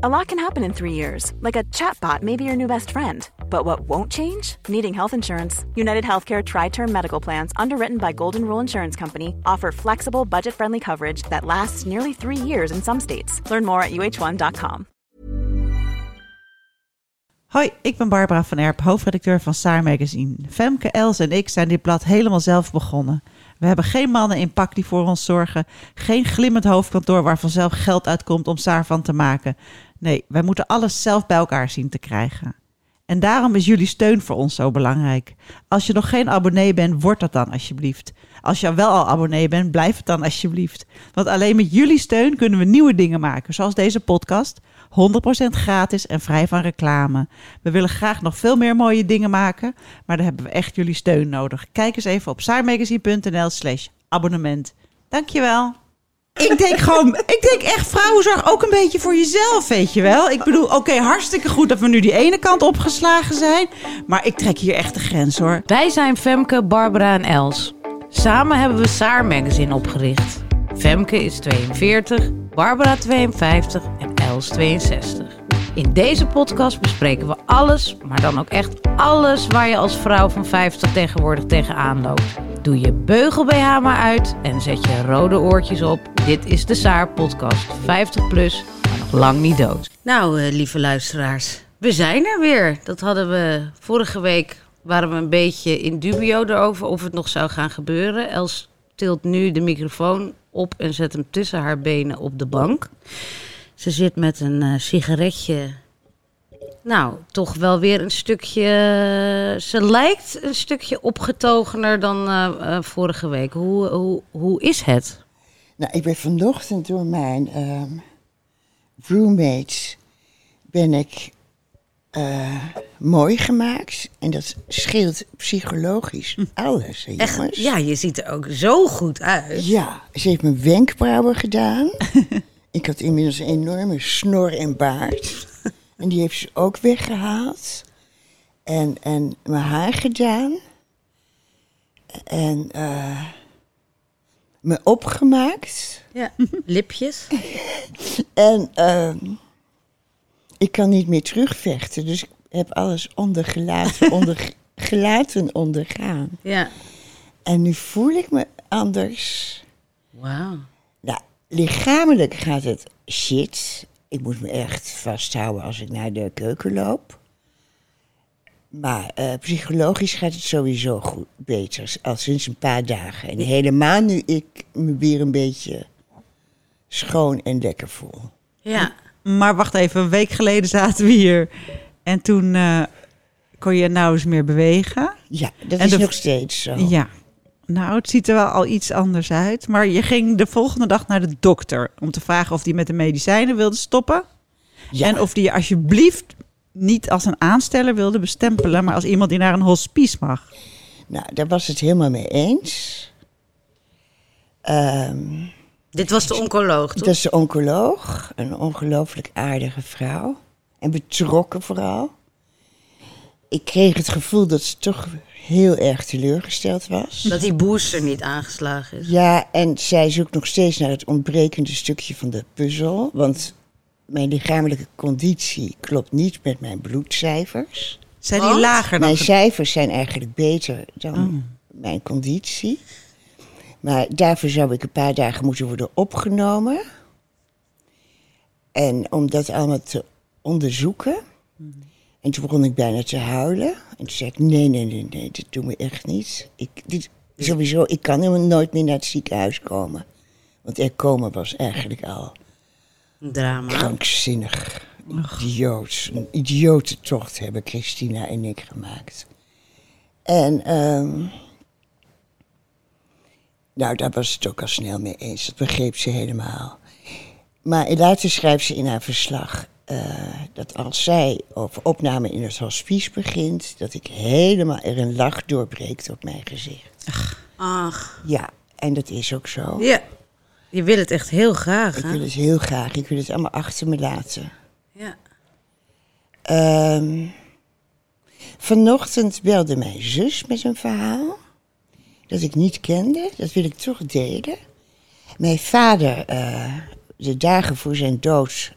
A lot can happen in 3 years, like a chatbot may be your new best friend. But what won't change? Needing health insurance. United Healthcare Tri-Term Medical Plans, underwritten by Golden Rule Insurance Company, offer flexible, budget-friendly coverage that lasts nearly 3 years in some states. Learn more at uh1.com. Hoi, ik ben Barbara van Erp, hoofdredacteur van Saar Magazine. Femke, Els en ik zijn dit blad helemaal zelf begonnen. We hebben geen mannen in pak die voor ons zorgen. Geen glimmend hoofdkantoor waar vanzelf geld uitkomt om Saar van te maken. Nee, wij moeten alles zelf bij elkaar zien te krijgen. En daarom is jullie steun voor ons zo belangrijk. Als je nog geen abonnee bent, word dat dan alsjeblieft. Als je wel al abonnee bent, blijf het dan alsjeblieft. Want alleen met jullie steun kunnen we nieuwe dingen maken, zoals deze podcast. 100% gratis en vrij van reclame. We willen graag nog veel meer mooie dingen maken, maar daar hebben we echt jullie steun nodig. Kijk eens even op saarmagazine.nl/abonnement. Dankjewel. Ik denk echt vrouwenzorg ook een beetje voor jezelf, weet je wel. Ik bedoel, oké, hartstikke goed dat we nu die ene kant opgeslagen zijn, maar ik trek hier echt de grens, hoor. Wij zijn Femke, Barbara en Els. Samen hebben we Saar Magazine opgericht. Femke is 42, Barbara 52 en Els 62. In deze podcast bespreken we alles, maar dan ook echt alles waar je als vrouw van 50 tegenwoordig tegenaan loopt. Doe je beugel-BH maar uit en zet je rode oortjes op. Dit is de Saar podcast. 50 plus, maar nog lang niet dood. Nou, lieve luisteraars, we zijn er weer. Dat hadden we vorige week, waren we een beetje in dubio erover of het nog zou gaan gebeuren. Els tilt nu de microfoon op en zet hem tussen haar benen op de bank. Ze zit met een sigaretje. Nou, toch wel weer een stukje. Ze lijkt een stukje opgetogener dan vorige week. Hoe is het? Nou, ik ben vanochtend door mijn roommates ben ik mooi gemaakt. En dat scheelt psychologisch alles, hè, jongens. Echt, ja, je ziet er ook zo goed uit. Ja, ze heeft mijn wenkbrauwen gedaan. Ik had inmiddels een enorme snor en baard. En die heeft ze ook weggehaald. En mijn haar gedaan. En me opgemaakt. Ja, lipjes. En ik kan niet meer terugvechten. Dus ik heb alles gelaten ondergaan. Ja. En nu voel ik me anders. Wauw. Nou, lichamelijk gaat het shit. Ik moet me echt vasthouden als ik naar de keuken loop. Maar psychologisch gaat het sowieso goed, beter. Al sinds een paar dagen. En helemaal nu ik me weer een beetje schoon en lekker voel. Ja. Maar wacht even, een week geleden zaten we hier. En toen kon je nauwelijks meer bewegen. Ja, dat is nog steeds zo. Ja. Nou, het ziet er wel al iets anders uit. Maar je ging de volgende dag naar de dokter om te vragen of die met de medicijnen wilde stoppen. Ja. En of die je alsjeblieft niet als een aansteller wilde bestempelen, maar als iemand die naar een hospice mag. Nou, daar was het helemaal mee eens. Dit was de oncoloog, toch? Dat is de oncoloog. Een ongelooflijk aardige vrouw. En betrokken vooral. Ik kreeg het gevoel dat ze toch heel erg teleurgesteld was. Dat die booster niet aangeslagen is. Ja, en zij zoekt nog steeds naar het ontbrekende stukje van de puzzel. Want mijn lichamelijke conditie klopt niet met mijn bloedcijfers. Zijn die lager dan? Mijn cijfers zijn eigenlijk beter dan mijn conditie. Maar daarvoor zou ik een paar dagen moeten worden opgenomen. En om dat allemaal te onderzoeken. En toen begon ik bijna te huilen. En toen zei ik, nee, dit doen we echt niet. Ik kan helemaal nooit meer naar het ziekenhuis komen. Want er komen was eigenlijk al een drama. Krankzinnig. Een idiote tocht hebben Christina en ik gemaakt. En nou, daar was het ook al snel mee eens. Dat begreep ze helemaal. Maar later schrijft ze in haar verslag dat als zij over opname in het hospice begint, dat ik helemaal er een lach doorbreekt op mijn gezicht. Ach. Ja, en dat is ook zo. Ja, je wil het echt heel graag, hè? Ik wil het heel graag. Ik wil het allemaal achter me laten. Ja. Vanochtend belde mijn zus met een verhaal dat ik niet kende. Dat wil ik toch delen. Mijn vader, de dagen voor zijn dood,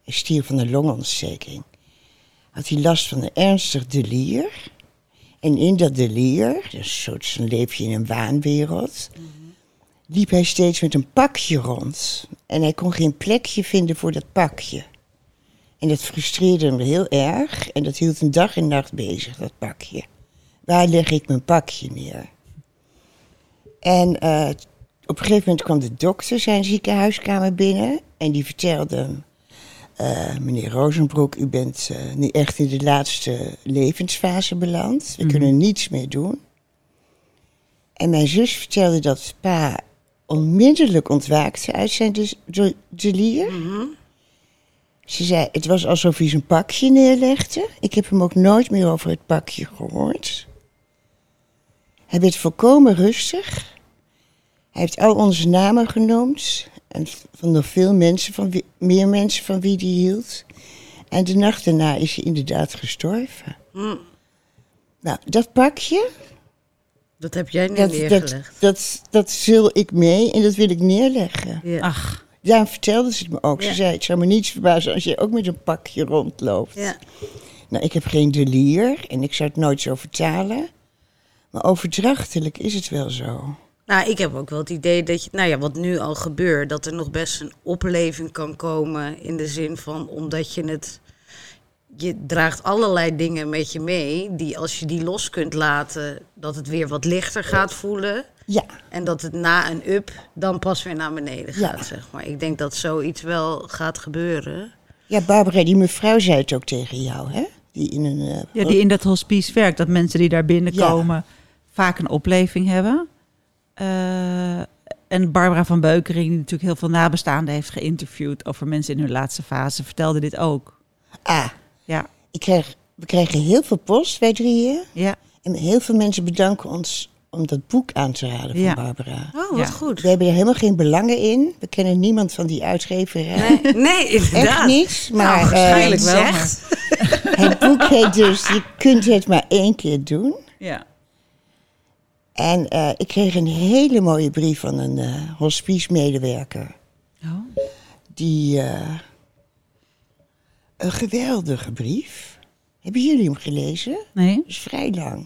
Hij stierf van een longontsteking. Had hij last van een ernstig delier. En in dat delier, dus zo'n leefje in een waanwereld, liep hij steeds met een pakje rond. En hij kon geen plekje vinden voor dat pakje. En dat frustreerde hem heel erg. En dat hield een dag en nacht bezig, dat pakje. Waar leg ik mijn pakje neer? En op een gegeven moment kwam de dokter zijn ziekenhuiskamer binnen. En die vertelde hem, meneer Rozenbroek, u bent nu echt in de laatste levensfase beland. We kunnen niets meer doen. En mijn zus vertelde dat pa onmiddellijk ontwaakte uit zijn delier. Ze zei, het was alsof hij zijn pakje neerlegde. Ik heb hem ook nooit meer over het pakje gehoord. Hij werd volkomen rustig. Hij heeft al onze namen genoemd. En van nog veel mensen, meer mensen van wie hij hield. En de nacht daarna is hij inderdaad gestorven. Nou, dat pakje... Dat heb jij niet neergelegd. Dat zul ik mee en dat wil ik neerleggen. Ja. Ach, Daarom vertelde ze het me ook. Ja. Ze zei, het zou me niets verbazen als je ook met een pakje rondloopt. Ja. Nou, ik heb geen delier en ik zou het nooit zo vertalen. Maar overdrachtelijk is het wel zo. Nou, ik heb ook wel het idee dat je, wat nu al gebeurt, dat er nog best een opleving kan komen in de zin van, omdat je draagt allerlei dingen met je mee, die als je die los kunt laten, dat het weer wat lichter gaat voelen. Ja, En dat het na een up dan pas weer naar beneden gaat, Ja. zeg maar. Ik denk dat zoiets wel gaat gebeuren. ja, Barbara, die mevrouw zei het ook tegen jou, hè? Die in een... die in dat hospice werkt. Dat mensen die daar binnenkomen vaak een opleving hebben. En Barbara van Beukering, die natuurlijk heel veel nabestaanden heeft geïnterviewd over mensen in hun laatste fase, vertelde dit ook. Ja, We krijgen heel veel post, wij drieën. ja. En heel veel mensen bedanken ons om dat boek aan te raden van Ja. Barbara. Oh, wat Ja. goed. We hebben er helemaal geen belangen in. We kennen niemand van die uitgeverij. Nee, inderdaad. Echt niet. Maar Nou, waarschijnlijk wel. zegt. het boek heet dus Je kunt het maar 1 keer doen. Ja. En ik kreeg een hele mooie brief van een hospice-medewerker. Oh. Die... een geweldige brief. Hebben jullie hem gelezen? Nee? Dat is vrij lang.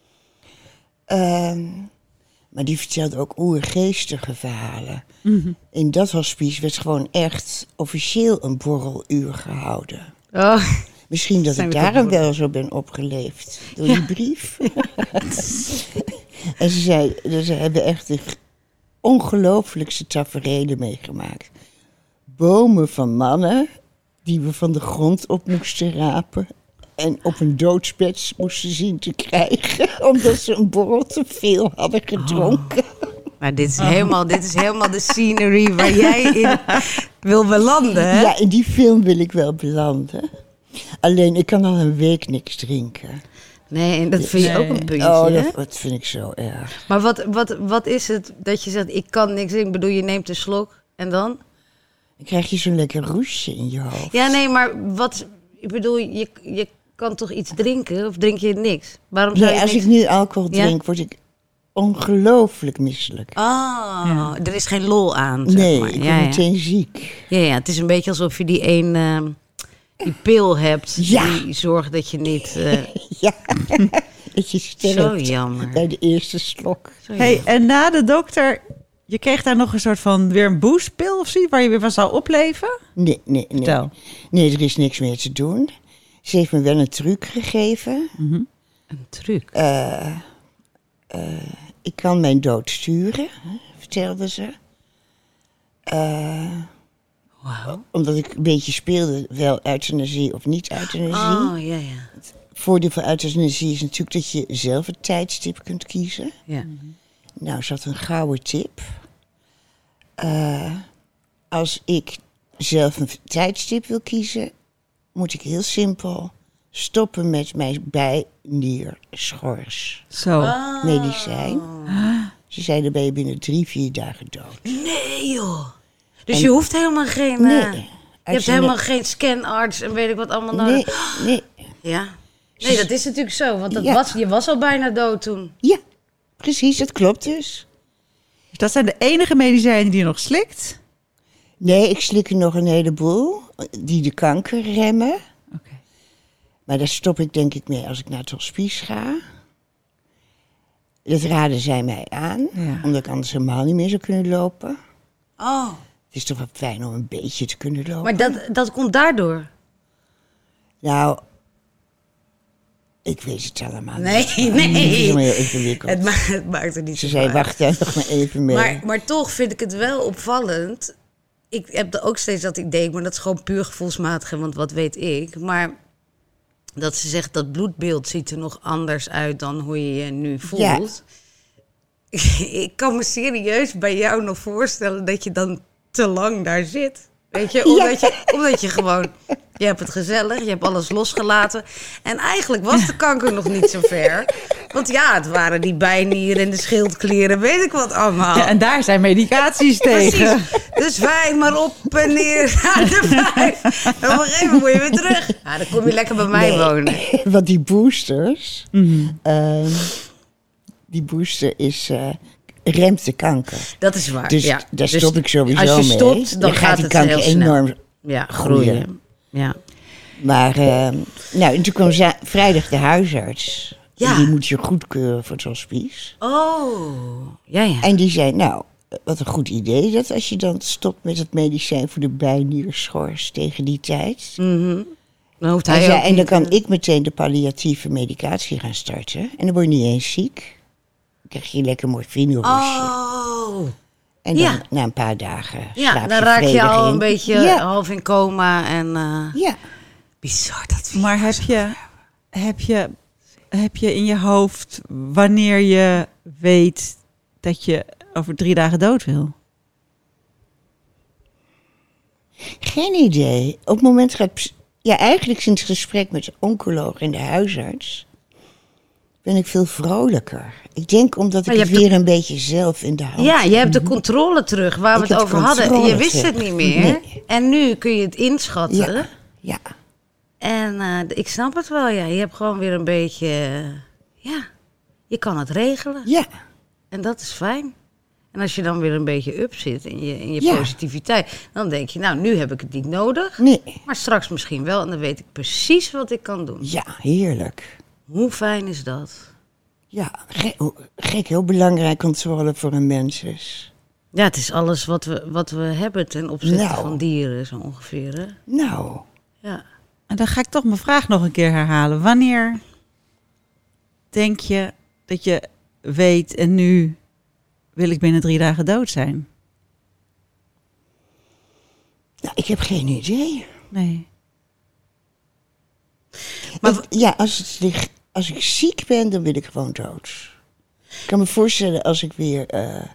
Maar die vertelde ook oergeestige verhalen. In dat hospice werd gewoon echt officieel een borreluur gehouden. Oh, Misschien dat Zijn ik we toch daarom voor- wel zo ben opgeleefd. Door die brief. En ze zei, ze hebben echt de ongelooflijkste taferelen meegemaakt. Bomen van mannen die we van de grond op moesten rapen. En op een doodsbed moesten zien te krijgen. Omdat ze een borrel te veel hadden gedronken. maar dit is helemaal de scenery waar jij in wil belanden, hè? Ja, in die film wil ik wel belanden. Alleen, ik kan al een week niks drinken. Nee, en dat vind je ook een puntje, Oh, hè? dat vind ik zo erg. Maar wat is het dat je zegt, ik kan niks drinken? Ik bedoel, je neemt een slok en dan? Dan krijg je zo'n lekker roesje in je hoofd. Ja, nee, maar wat... Ik bedoel, je kan toch iets drinken? Of drink je niks? Waarom zou Nee, je als niks... ik nu alcohol Ja? drink, word ik ongelooflijk misselijk. Ah, er is geen lol aan, zeg Nee, maar. ik Ja, word ja. meteen ziek. Ja, het is een beetje alsof je die pil hebt Ja. die zorgt dat je niet... Ja, dat je zo sterft jammer. bij de eerste slok. Zo Hey, en na de dokter, je kreeg daar nog een soort van weer een boostpil of zo, waar je weer van zou opleven? Nee. Vertel. Nee, er is niks meer te doen. Ze heeft me wel een truc gegeven. Een truc. Ik kan mijn dood sturen, vertelde ze. Wauw. Omdat ik een beetje speelde, wel euthanasie of niet euthanasie. Oh, ja. Voordeel van euthanasie is natuurlijk dat je zelf het tijdstip kunt kiezen. Ja. Nou, ze had een gouden tip. Als ik zelf een tijdstip wil kiezen, moet ik heel simpel stoppen met mijn bijnierschors Zo. medicijn. Ze zei, dan ben je binnen 3-4 dagen dood. Nee, joh. Dus je hoeft helemaal geen... Nee. je hebt helemaal geen scanarts en weet ik wat allemaal nodig. Nee. Ja. Nee, dat is natuurlijk zo. Want Ja. je was al bijna dood toen. Ja, precies, dat klopt dus. Dus dat zijn de enige medicijnen die je nog slikt? Nee, ik slik er nog een heleboel die de kanker remmen. Oké. Maar daar stop ik denk ik mee als ik naar het hospice ga. Dat raden zij mij aan, Ja. omdat ik anders helemaal niet meer zou kunnen lopen. Oh, Het is toch wel fijn om een beetje te kunnen lopen. maar dat komt daardoor? Nou, ik weet het allemaal Nee, niet. Het is nee. helemaal heel ingewikkeld. Het maakt er niet Ze zo zei, uit. wacht daar nog maar even mee. Maar toch vind ik het wel opvallend. Ik heb ook steeds dat idee, maar dat is gewoon puur gevoelsmatig, want wat weet ik. Maar dat ze zegt dat bloedbeeld ziet er nog anders uit dan hoe je je nu voelt. Ja. Ik kan me serieus bij jou nog voorstellen dat je dan te lang daar zit. Weet je, omdat je gewoon... Je hebt het gezellig, je hebt alles losgelaten. En eigenlijk was de kanker nog niet zo ver. Want ja, het waren die bijnieren en de schildklieren, weet ik wat allemaal. Ja, en daar zijn medicaties tegen. Precies. Dus 5 maar op en neer naar de 5. En op een gegeven moment moet je weer terug. Ja, dan kom je lekker bij mij wonen. Want die boosters... die booster is... remt de kanker. Dat is waar. Dus ja. daar Dus stop ik sowieso mee. als je stopt, dan gaat die het kanker heel snel. enorm... Ja, groeien. groeien. Ja. Maar, en toen kwam vrijdag de huisarts. Ja. En die moet je goedkeuren voor het hospice. Oh, ja. En die zei, nou, wat een goed idee dat als je dan stopt met het medicijn voor de bijnierschors tegen die tijd. Dan hoeft Hij hij zei, ook en dan niet, kan ik meteen de palliatieve medicatie gaan starten. En dan word je niet eens ziek. Dan krijg je lekker morfinehoesje. Oh, En dan ja. na een paar dagen ja, slaap dan raak je vredig al in. een beetje Ja, half in coma. En ja. bizar dat we... Maar heb je in je hoofd wanneer je weet dat je over 3 dagen dood wil? Geen idee. Op het moment gaat... Ja, eigenlijk sinds het gesprek met de oncoloog en de huisarts... ben ik veel vrolijker. Ik denk omdat Maar ik je het hebt weer een beetje zelf in de hand Ja, heb. je hebt de controle terug waar we Ik het heb over de hadden. controle Je wist terug. het niet meer. Nee. En nu kun je het inschatten. Ja, ja. En ik snap het wel, ja. Je hebt gewoon weer een beetje... ja, je kan het regelen. Ja, En dat is fijn. En als je dan weer een beetje up zit in je Ja. positiviteit... dan denk je, nou, nu heb ik het niet nodig. nee. Maar straks misschien wel. En dan weet ik precies wat ik kan doen. Ja, heerlijk. Hoe fijn is dat? Ja, gek, heel belangrijk controle voor een mens is. Ja, het is alles wat we hebben ten opzichte Nou. van dieren, zo ongeveer. Hè? Nou, Ja. En dan ga ik toch mijn vraag nog een keer herhalen. Wanneer denk je dat je weet en nu wil ik binnen 3 dagen dood zijn? nou, ik heb geen idee. Nee. Maar Ja, als ik ziek ben, dan wil ik gewoon dood. Ik kan me voorstellen als ik weer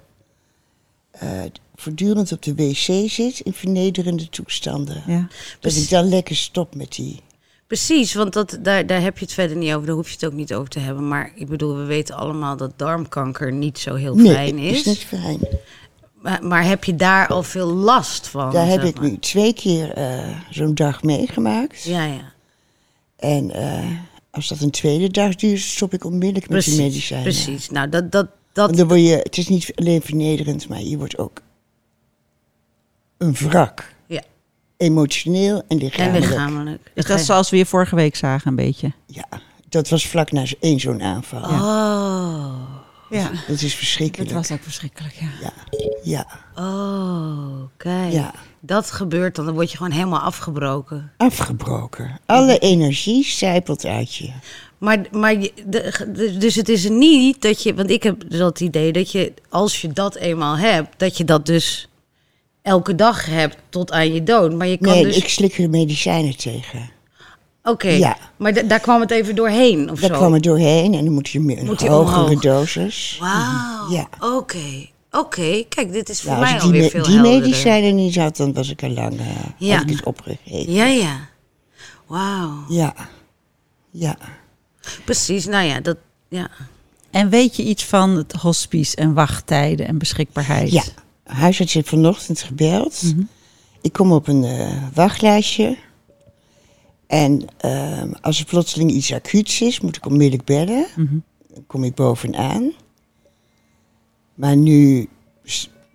voortdurend op de wc zit in vernederende toestanden. Ja. Dat ik dan lekker stop met die. Precies, want daar heb je het verder niet over. Daar hoef je het ook niet over te hebben. Maar ik bedoel, we weten allemaal dat darmkanker niet zo heel fijn Nee, is. is niet fijn. Maar heb je daar al veel last van? Daar heb zeg ik maar? nu 2 keer zo'n dag meegemaakt. Ja. En als dat een tweede dag duurt, stop ik onmiddellijk met die Precies, medicijnen. precies. Nou, dat Want dan word je, het is niet alleen vernederend, maar je wordt ook een wrak. Ja. Emotioneel en En lichamelijk. lichamelijk. Is dat zoals we je vorige week zagen een beetje? Ja, dat was vlak na één zo'n aanval. Oh. Ja. Dat is verschrikkelijk. Dat was ook verschrikkelijk, ja. Ja, ja, Oh, kijk. Ja. Dat gebeurt dan word je gewoon helemaal afgebroken. afgebroken. Alle energie sijpelt uit je. Maar dus het is niet dat je... Want ik heb dus dat idee dat je, als je dat eenmaal hebt... dat je dat dus elke dag hebt tot aan je dood. Maar je kan Nee, dus... ik slik er medicijnen tegen. Oké, Ja. maar daar kwam het even doorheen of Daar zo? kwam het doorheen en dan moet je meer een Moet je hogere omhoog. dosis. Wauw, Ja. Oké. Kijk, dit is voor Nou, als mij ik alweer veel die helderder. medicijnen niet had, dan was ik al lang Ja. had ik het opgegeven. Ja. Wauw. Ja. Precies, nou ja, dat... Ja. En weet je iets van het hospice en wachttijden en beschikbaarheid? Ja, huisarts heeft vanochtend gebeld. Ik kom op een wachtlijstje. En als er plotseling iets acuuts is, moet ik onmiddellijk bellen. Dan kom ik bovenaan. Maar nu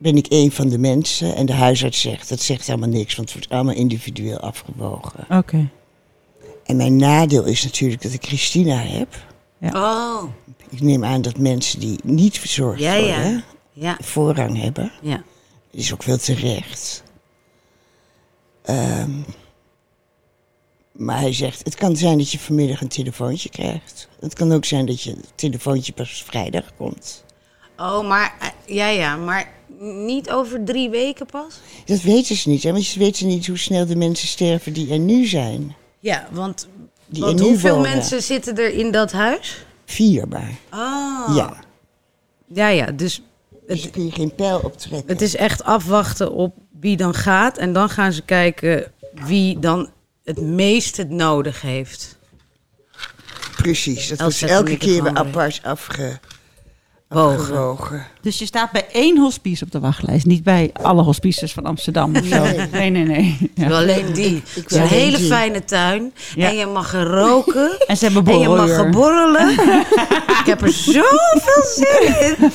ben ik een van de mensen. En de huisarts zegt, dat zegt helemaal niks. Want het wordt allemaal individueel afgewogen. Oké. En mijn nadeel is natuurlijk dat ik Christina heb. Oh. Ik neem aan dat mensen die niet verzorgd worden... Ja. voorrang hebben. Ja. Dat is ook wel terecht. Maar hij zegt, het kan zijn dat je vanmiddag een telefoontje krijgt. Het kan ook zijn dat je telefoontje pas vrijdag komt. Oh, maar maar niet over 3 weken pas? Dat weten ze niet, hè? Want ze weten niet hoe snel de mensen sterven die er nu zijn. Ja, want Die er nu hoeveel wonen. mensen zitten er in dat huis? 4 maar. Oh. Ja, Ja, dus dus daar kun je geen pijl optrekken. het is echt afwachten op wie dan gaat. En dan gaan ze kijken wie dan het meest het nodig heeft. Precies, dat wordt zet elke de keer weer microfoon apart afgewogen. Dus je staat bij 1 hospice op de wachtlijst. Niet bij alle hospices van Amsterdam of zo. Nee. Ja. Alleen die. Ik Het is een wil hele die. fijne tuin. Ja. En je mag er roken. En ze hebben En je mag borreluur. borrelen. Ik heb er zoveel zin in.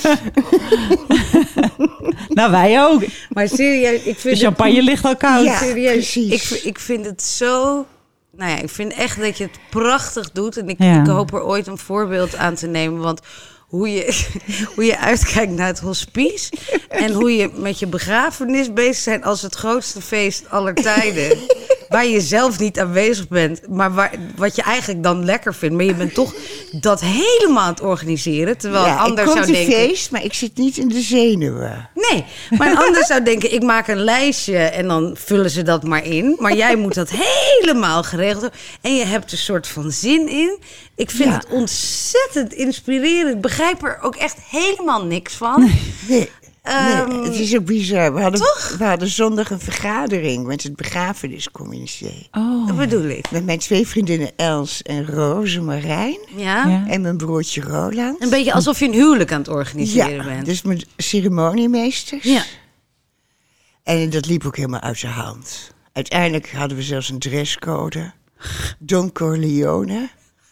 Nou, wij ook. Maar serieus, ik De vind champagne ligt al koud. Ja, serieus, precies. ik vind het zo... Nou ja, ik vind echt dat je het prachtig doet. En ik hoop er ooit een voorbeeld aan te nemen. Want hoe je uitkijkt naar het hospice... en hoe je met je begrafenis bezig bent als het grootste feest aller tijden... waar je zelf niet aanwezig bent, maar wat je eigenlijk dan lekker vindt. Maar je bent toch dat helemaal aan het organiseren. Terwijl een ander ik kom zou te denken... feest, maar ik zit niet in de zenuwen. Nee, maar een ander zou denken, ik maak een lijstje en dan vullen ze dat maar in. Maar jij moet dat helemaal geregeld hebben. En je hebt een soort van zin in. Ik vind het ontzettend inspirerend. Ik begrijp er ook echt helemaal niks van. Nee, het is ook bizar. We hadden zondag een vergadering met het begrafeniscomité. Dat bedoel ik. Met mijn 2 vriendinnen Els en Rosemarijn. Ja? En mijn broertje Roland. Een beetje alsof je een huwelijk aan het organiseren bent. Dus mijn ceremoniemeesters. Ja. En dat liep ook helemaal uit de hand. Uiteindelijk hadden we zelfs een dresscode. Don Corleone.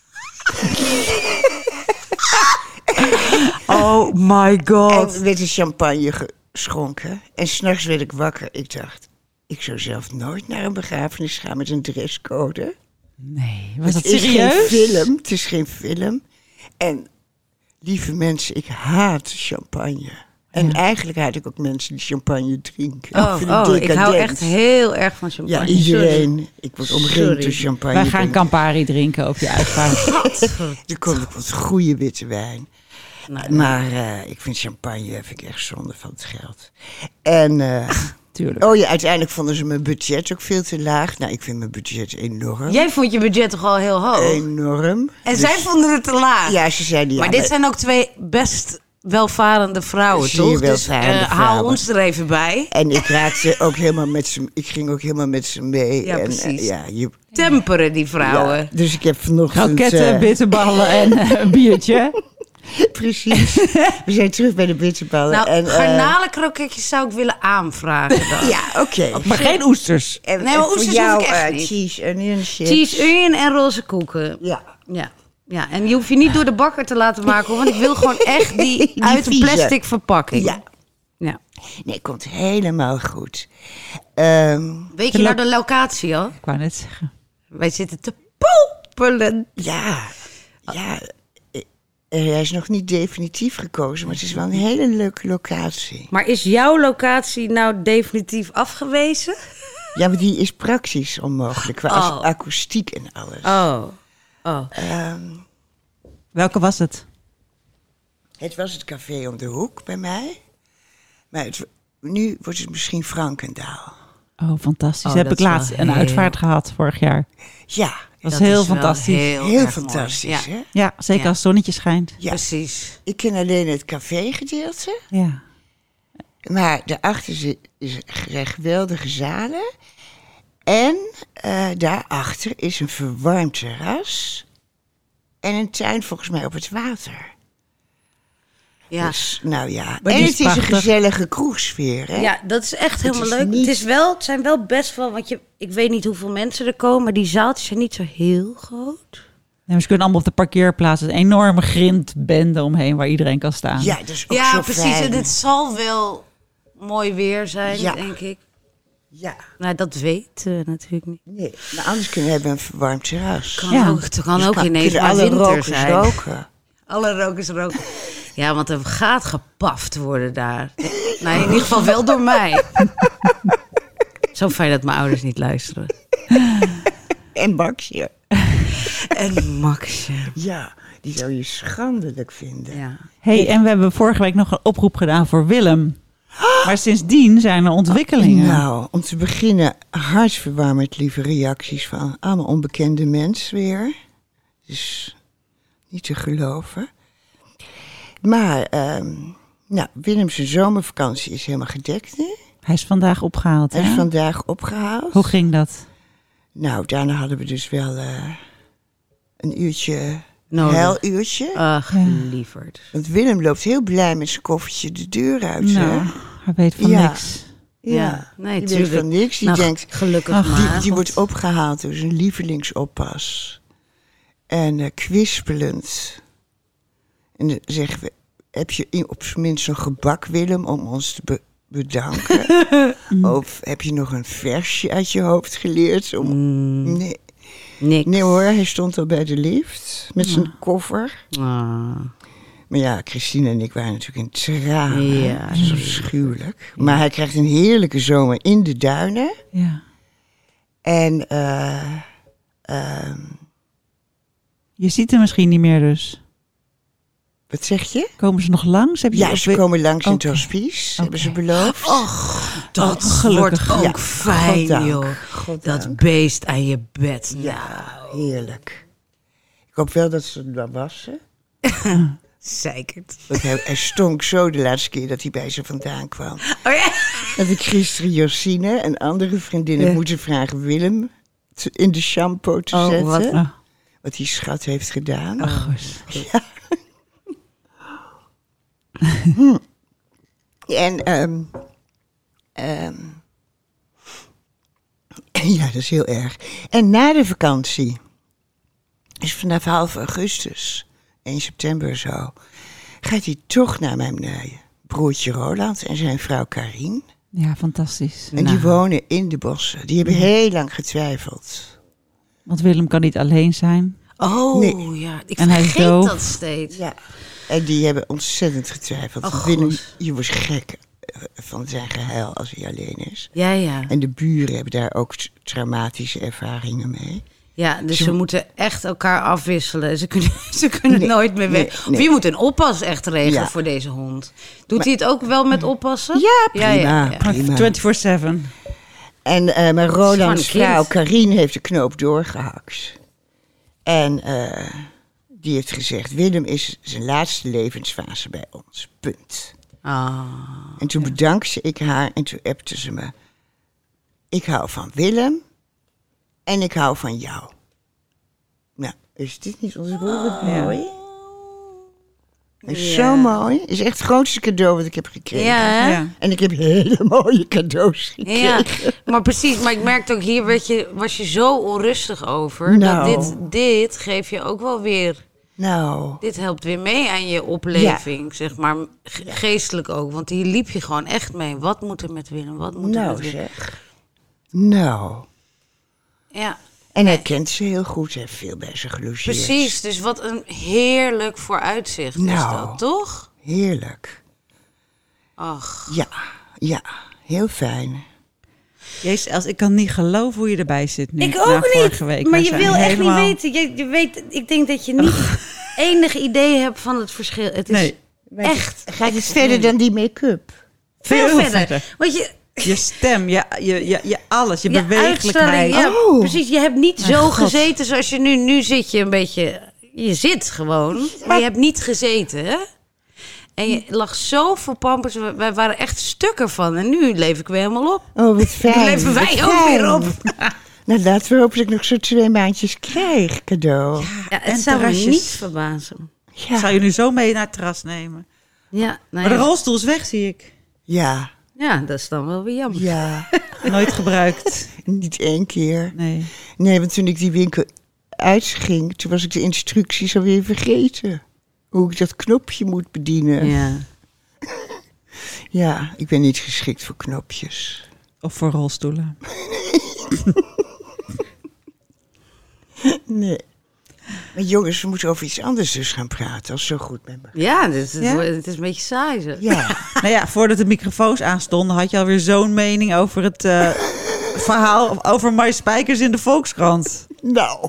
Oh my god. En werd een champagne geschonken. En 's nachts werd ik wakker. Ik dacht, ik zou zelf nooit naar een begrafenis gaan met een dresscode. Nee, was dat Het is serieus? geen film. Het is geen film. En lieve mensen, ik haat champagne. En eigenlijk haat ik ook mensen die champagne drinken. Ik vind het ik hou decadent. echt heel erg van champagne. Ja, iedereen. Sorry. Ik word omringd Sorry. door champagne. Wij gaan Campari drinken op je uitvaart. Er komt ook wat goede witte wijn. Nou, Maar ik vind champagne vind ik echt zonde van het geld. En Tuurlijk. oh ja, uiteindelijk vonden ze mijn budget ook veel te laag. Nou, ik vind mijn budget enorm. Jij vond je budget toch al heel hoog? Enorm. En Dus- zij vonden het te laag. Ja, ze zeiden ja. maar dit zijn ook 2 best welvarende vrouwen, Zeer toch? Dus welvarende haal vrouwen. ons er even bij. En ik raakte ook helemaal met ze. Ik ging ook helemaal met ze mee. Ja, en, precies. je, Temperen die vrouwen. ja, dus ik heb vanochtend. Kroketten, bitterballen en een biertje. Precies. We zijn terug bij de bitterballen. Nou, en, garnalenkroketjes zou ik willen aanvragen dan. ja, oké. Maar geen oesters. En, Nee, maar voor oesters jou, hoef ik echt niet. cheese, onion chips. Cheese, onion en roze koeken. Ja. Ja, en je hoeft je niet door de bakker te laten maken, hoor, want ik wil gewoon echt die uit de vieze. plastic verpakking. Ja. Ja. Nee, komt helemaal goed. Weet je nou de locatie al? Ik wou net zeggen. Wij zitten te popelen. Ja, hij is nog niet definitief gekozen, maar het is wel een hele leuke locatie. Maar is jouw locatie nou definitief afgewezen? Ja, maar die is praktisch onmogelijk, qua Oh. akoestiek en alles. Oh. Welke was het? Het was het café om de hoek bij mij, maar nu wordt het misschien Frankendaal. Oh, fantastisch. Oh, Heb dat ik is laatst wel een heel- uitvaart gehad vorig jaar. Ja, Dat was Dat heel is wel fantastisch. heel erg fantastisch, mooi. hè? Ja, zeker Ja. als het zonnetje schijnt. Ja. Precies. Ik ken alleen het café-gedeelte. Ja. Maar daarachter zijn geweldige zalen. En daarachter is een verwarmd terras. En een tuin volgens mij op het water. Ja. Dus, nou ja. Maar En die het is is een prachtig. gezellige kroegsfeer, hè? Ja, dat is echt helemaal is leuk. niet- Het zijn wel best wel, want ik weet niet hoeveel mensen er komen, maar die zaaltjes zijn niet zo heel groot. Nee, maar ze kunnen allemaal op de parkeerplaats. Een enorme grindbende omheen waar iedereen kan staan. Ja, dat is ook Ja, zo precies. fijn. En het zal wel mooi weer zijn, Ja. denk ik. Ja. Nou, dat weten we natuurlijk niet. Nee, maar anders kunnen we een verwarmd terras. Kan ook ineens kunnen maar alle winter rokers zijn. roken. Alle rokers roken. Ja, want er gaat gepaft worden daar. Nou, in ieder geval wel door mij. Zo fijn dat mijn ouders niet luisteren. En Maxje. En Maxje. Ja, die zou je schandelijk vinden. Ja. Hey, en we hebben vorige week nog een oproep gedaan voor Willem. Maar sindsdien zijn er ontwikkelingen. Nou, om te beginnen hartverwarmend lieve reacties van allemaal onbekende mensen weer. Dus niet te geloven. Maar, Willem zijn zomervakantie is helemaal gedekt nu. Hij is vandaag opgehaald, Hij hè? is vandaag opgehaald. Hoe ging dat? Nou, daarna hadden we dus wel een uurtje, Nodig. huiluurtje. Ach, Ja. lieverd. Want Willem loopt heel blij met zijn koffertje de deur uit. Nou, hè? hij weet van Ja. niks. Ja, nee, die weet tuurlijk. van niks. Die Nou, denkt, gelukkig Ach, maar. die wordt opgehaald door zijn lievelingsoppas. En kwispelend. En dan zeggen we, heb je op zijn minst nog gebak, Willem, om ons te bedanken? Of heb je nog een versje uit je hoofd geleerd? Nee. Niks. Nee hoor, hij stond al bij de lift met zijn koffer. Ah. Maar ja, Christine en ik waren natuurlijk in tranen. Ja. Dat is afschuwelijk. Maar hij krijgt een heerlijke zomer in de duinen. Ja. En Je ziet hem misschien niet meer dus. wat zeg je? Komen ze nog langs? Heb je Ja, ook ze weer- komen langs in het Oké. hospice, hebben ze Oké. beloofd. Dat gelukkig. wordt ook Ja, fijn, goddank, joh. goddank. Dat beest aan je bed. Ja, heerlijk. Ik hoop wel dat ze het wel wassen. Zeikert. Want hij stonk zo de laatste keer dat hij bij ze vandaan kwam. Oh ja. Dat ik gisteren Josine, een andere vriendin, heb moeten vragen Willem in de shampoo te Oh, zetten. wat- Ah, Wat die schat heeft gedaan. Gus. En ja, dat is heel erg. En na de vakantie, dus vanaf half augustus, 1 september zo, gaat hij toch naar mijn broertje Roland en zijn vrouw Karien. Ja, fantastisch. En die wonen in de bossen. Die hebben heel lang getwijfeld. Want Willem kan niet alleen zijn. Oh, Nee. ja. Ik En hij is vergeet doof. dat steeds. Ja. En die hebben ontzettend getwijfeld. Oh, Willem, God. je wordt gek van zijn gehuil als hij alleen is. Ja, ja. En de buren hebben daar ook traumatische ervaringen mee. Ja, dus ze moeten echt elkaar afwisselen. Ze kunnen Nee, nooit meer weg. nee. Of je moet een oppas echt regelen Ja. voor deze hond. Doet hij het ook wel met oppassen? Ja, prima. ja. Prima. 24/7. En maar Rolands Gewoon een vrouw kind. Karien heeft de knoop doorgehakt. En die heeft gezegd, Willem is zijn laatste levensfase bij ons. Punt. Ah. En toen bedankte ik haar en toen appte ze me. Ik hou van Willem en ik hou van jou. Nou, is dit niet onze broer mooi? Is zo mooi. Is echt het grootste cadeau wat ik heb gekregen. Ja, hè? Ja. En ik heb hele mooie cadeaus gekregen. Ja, maar precies. Maar ik merkte ook hier, was je zo onrustig over. Nou. Dat dit geeft je ook wel weer... Nou, Dit helpt weer mee aan je opleving, zeg maar. Geestelijk ook. Want hier liep je gewoon echt mee. Wat moet er met Willem? Wat moet er nou met Willem? zeg. Nou. Ja, En hij kent ze heel goed. Hij heeft veel bij ze gelogeerd. precies. Dus wat een heerlijk vooruitzicht is Nou. dat, toch? Heerlijk. Ach. Ja, heel fijn. Jezus, Els, ik kan niet geloven hoe je erbij zit nu. Ik na ook vorige niet. week. Maar We je zijn wil echt helemaal- niet weten. Je weet, ik denk dat je niet enig idee hebt van het verschil. Het is Nee. echt. Gaat het verder dan die make-up? Veel Veel verder. verder. Want je Je stem, je alles, je je bewegelijkheid. uitstraling, ja, Oh. precies. Je hebt niet Mijn zo God. gezeten zoals je nu zit je een beetje. Je zit gewoon, maar je hebt niet gezeten, hè? En je lag zo verpamperd. Wij waren echt stukken van. En nu leef ik weer helemaal op. Oh, wat fijn. Nu leven wij wat ook fijn. weer op. Nou, laten we hopen dat ik nog zo 2 maandjes krijg, cadeau. Ja, En het zou me terrasjes. niet verbazen. Ik zou je nu zo mee naar het terras nemen. Ja, nou Maar de ja. rolstoel is weg, zie ik. Ja, Ja, dat is dan wel weer jammer. ja. Nooit gebruikt. Niet 1 keer. Nee. Nee, want toen ik die winkel uitging, toen was ik de instructies alweer vergeten. Hoe ik dat knopje moet bedienen. Ja. Ja, ik ben niet geschikt voor knopjes. Of voor rolstoelen. Nee. Maar jongens, we moeten over iets anders dus gaan praten. Als het zo goed met me. Ja, Ja? het is een beetje saai. Zeg. Ja. Nou ja, voordat de microfoons aanstonden, had je alweer zo'n mening over het verhaal over Mai Spijkers in de Volkskrant. Nou.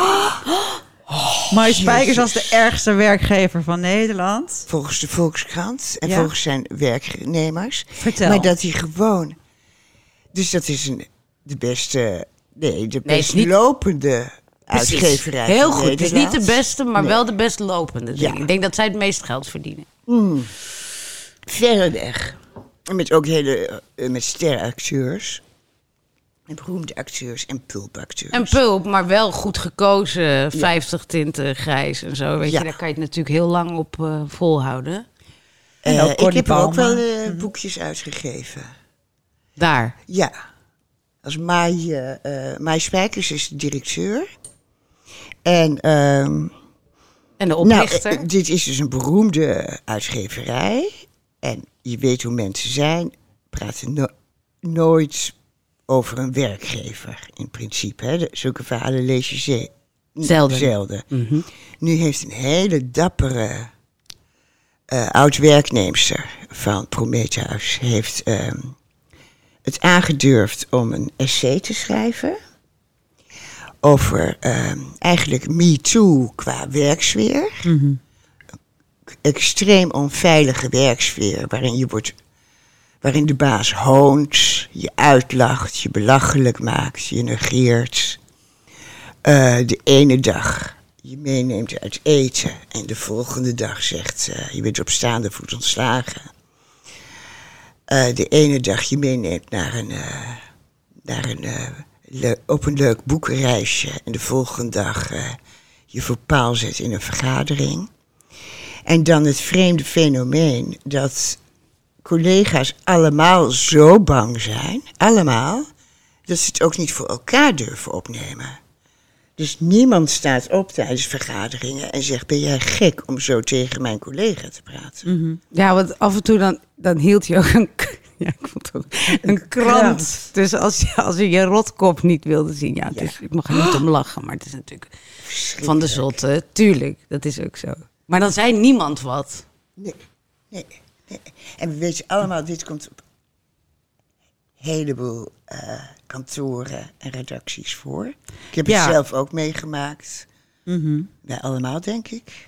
Mai Spijkers als de ergste werkgever van Nederland. Volgens de Volkskrant en Ja. volgens zijn werknemers. Vertel. Maar dat hij gewoon... Dus dat is de beste... Nee, de best niet- lopende uitgeverij Heel van goed. Het is niet de Nederland. beste, maar Nee. wel de best lopende. Denk Ja. ik. Ik denk dat zij het meest geld verdienen. Verreweg. Met ook met sterrenacteurs. En beroemde acteurs en pulpacteurs. En pulp, maar wel goed gekozen. 50 tinten grijs en zo. Weet Ja. je, daar kan je het natuurlijk heel lang op volhouden. En ook ik Connie heb er ook Palmer. wel boekjes uitgegeven. Daar. Ja. Als Mai Spijkers is de directeur. En En de oprichter. dit is dus een beroemde uitgeverij. En je weet hoe mensen zijn. Praten nooit over een werkgever in principe. Hè. Zulke verhalen lees je zelden. Nu heeft een hele dappere oud-werknemster van Prometheus... heeft het aangedurfd om een essay te schrijven... over eigenlijk MeToo qua werksfeer. Extreem onveilige werksfeer waarin de baas hoont, je uitlacht, je belachelijk maakt, je negeert. De ene dag je meeneemt uit eten en de volgende dag zegt je bent op staande voet ontslagen. De ene dag je meeneemt op een leuk boekenreisje en de volgende dag je voor paal zet in een vergadering. En dan het vreemde fenomeen dat collega's allemaal zo bang zijn, allemaal, dat ze het ook niet voor elkaar durven opnemen. Dus niemand staat op tijdens vergaderingen en zegt, ben jij gek om zo tegen mijn collega te praten? Ja, want af en toe dan hield je ook ja, ik vond het ook een krant. Dus als je je rotkop niet wilde zien, ja, het is, ik mag er niet om lachen, maar het is natuurlijk van de zotte. Tuurlijk, dat is ook zo. Maar dan zei niemand wat. Nee. En we weten allemaal, dit komt op een heleboel kantoren en redacties voor. Ik heb het zelf ook meegemaakt. Wij allemaal, denk ik.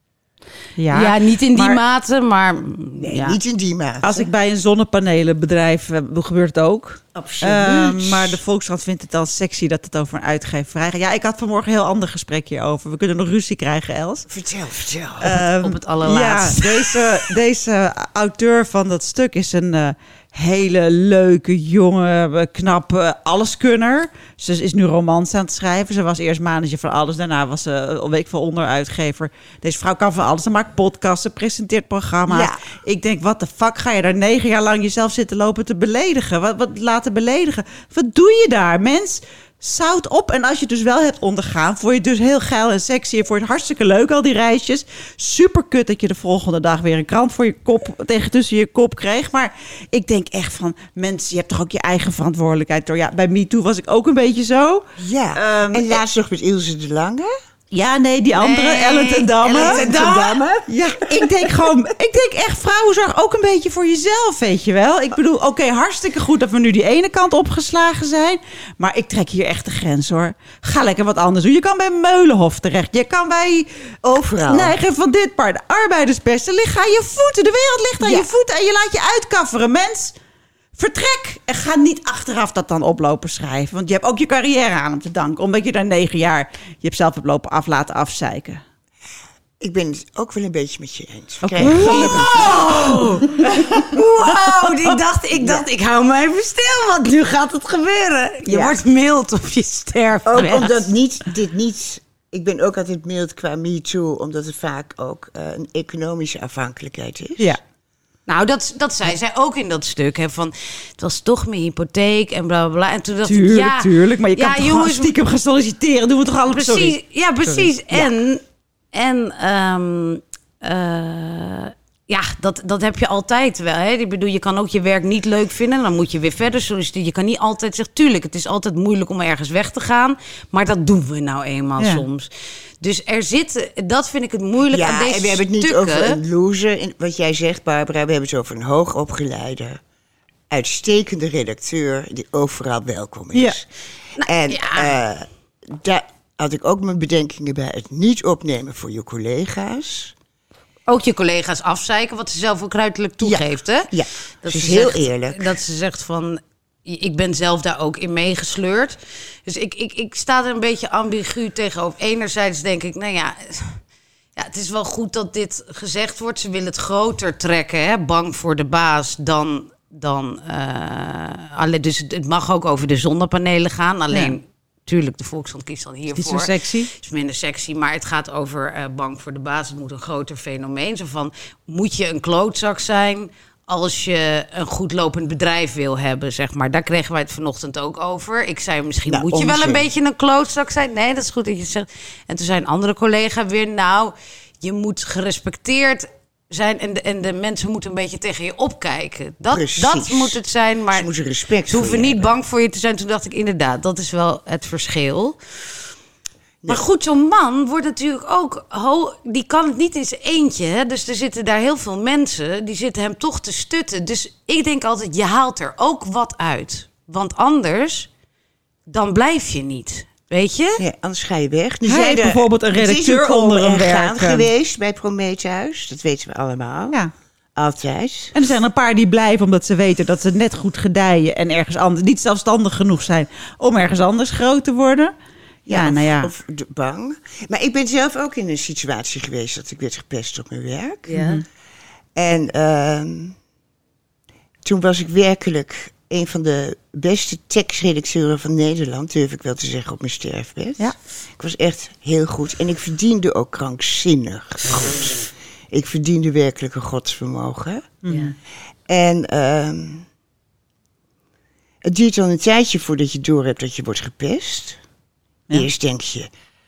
Ja, niet in die maar mate, maar... Nee, ja. niet in die mate. Als ik bij een zonnepanelenbedrijf gebeurt het ook. Absoluut. Maar de Volkskrant vindt het dan sexy dat het over een uitgeverij gaat. Ja, ik had vanmorgen een heel ander gesprek hierover. We kunnen nog ruzie krijgen, Els. Vertel. Op het allerlaatst. Ja, deze auteur van dat stuk is een hele leuke, jonge, knappe alleskunner. Ze is nu romans aan het schrijven. Ze was eerst manager van alles. Daarna was ze een week van onderuitgever. Deze vrouw kan van alles. Ze maakt podcasts, ze presenteert programma's. Ja. Ik denk, wat de fuck ga je daar 9 jaar lang jezelf zitten lopen te beledigen? Wat laten beledigen? Wat doe je daar, mens? Zout op. En als je het dus wel hebt ondergaan, vond je het dus heel geil en sexy. En vond je het hartstikke leuk, al die reisjes. Super kut dat je de volgende dag weer een krant voor je kop, tussen je kop kreeg. Maar ik denk echt van, mensen, je hebt toch ook je eigen verantwoordelijkheid. Ja, bij MeToo was ik ook een beetje beetje zo. Ja, en laatst nog met Ilse de Lange. Ja, nee, die andere, Ellen ten Damme. Ellen ten Damme. Ja, ik denk echt, vrouwenzorg ook een beetje voor jezelf, weet je wel. Ik bedoel, oké, hartstikke goed dat we nu die ene kant opgeslagen zijn. Maar ik trek hier echt de grens, hoor. Ga lekker wat anders doen. Je kan bij Meulenhof terecht. Je kan bij... Overal. Neigen van dit paar. De arbeiderspesten liggen aan je voeten. De wereld ligt aan je voeten en je laat je uitkafferen, mens. Vertrek en ga niet achteraf dat dan oplopen schrijven. Want je hebt ook je carrière aan hem te danken. Omdat je daar 9 jaar je hebt zelf hebt lopen laten afzeiken. Ik ben het ook wel een beetje met je eens. Oké. Wow! Ik dacht, ik hou me even stil, want nu gaat het gebeuren. Je wordt mild of je sterft. Ook omdat dit niet... Ik ben ook altijd mild qua MeToo, omdat het vaak ook een economische afhankelijkheid is. Ja. Nou, dat zei zij ook in dat stuk. Hè, van, het was toch mijn hypotheek en bla bla bla. En toen dacht ik, Tuurlijk. Maar je kan toch gewoon stiekem gaan solliciteren. Doen we toch allemaal. Precies, Sorry. ja, precies. Sorry. En Ja, dat heb je altijd wel. Hè? Ik bedoel, je kan ook je werk niet leuk vinden. Dan moet je weer verder solliciteren. Je kan niet altijd zeggen, tuurlijk, het is altijd moeilijk om ergens weg te gaan. Maar dat doen we nou eenmaal soms. Dus er zitten, dat vind ik het moeilijk aan deze en we hebben het niet over een loser. Wat jij zegt, Barbara, we hebben het over een hoogopgeleide, uitstekende redacteur die overal welkom is. Ja. En daar had ik ook mijn bedenkingen bij het niet opnemen voor je collega's. Ook je collega's afzeiken, wat ze zelf ook ruiterlijk toegeeft, hè? Ja, dat ze is ze heel zegt, eerlijk. Dat ze zegt van, ik ben zelf daar ook in meegesleurd. Dus ik sta er een beetje ambigu tegenover. Enerzijds denk ik, nou ja, het is wel goed dat dit gezegd wordt. Ze willen het groter trekken, hè? Bang voor de baas dan dus het mag ook over de zonnepanelen gaan. Alleen, tuurlijk, de Volkskrant kiest dan hiervoor. Is niet zo sexy? Het is minder sexy, maar het gaat over bang voor de baas. Het moet een groter fenomeen. Zo van, moet je een klootzak zijn als je een goed lopend bedrijf wil hebben, zeg maar. Daar kregen wij het vanochtend ook over. Ik zei, misschien moet je wel een beetje een klootzak zijn. Nee, dat is goed dat je het zegt. En toen zei een andere collega weer, je moet gerespecteerd zijn en de mensen moeten een beetje tegen je opkijken. Dat moet het zijn, maar ze moeten respect ze hoeven niet bang voor je te zijn. Toen dacht ik inderdaad, dat is wel het verschil. Maar goed, zo'n man wordt natuurlijk ook die kan het niet in zijn eentje. Hè? Dus er zitten daar heel veel mensen, die zitten hem toch te stutten. Dus ik denk altijd, je haalt er ook wat uit. Want anders, dan blijf je niet. Weet je? Ja, anders ga je weg. Nu hij heeft bijvoorbeeld een redacteur onder hem werken geweest bij Prometheus. Dat weten we allemaal. Ja. Altijd. En er zijn een paar die blijven omdat ze weten dat ze net goed gedijen en ergens anders niet zelfstandig genoeg zijn om ergens anders groot te worden. Of bang. Maar ik ben zelf ook in een situatie geweest dat ik werd gepest op mijn werk. Ja. En toen was ik werkelijk een van de beste tekstredacteuren van Nederland, durf ik wel te zeggen, op mijn sterfbed. Ja. Ik was echt heel goed. En ik verdiende ook krankzinnig goed. Ik verdiende werkelijk een godsvermogen. Ja. En het duurt dan een tijdje voordat je doorhebt dat je wordt gepest. Ja. Eerst denk je,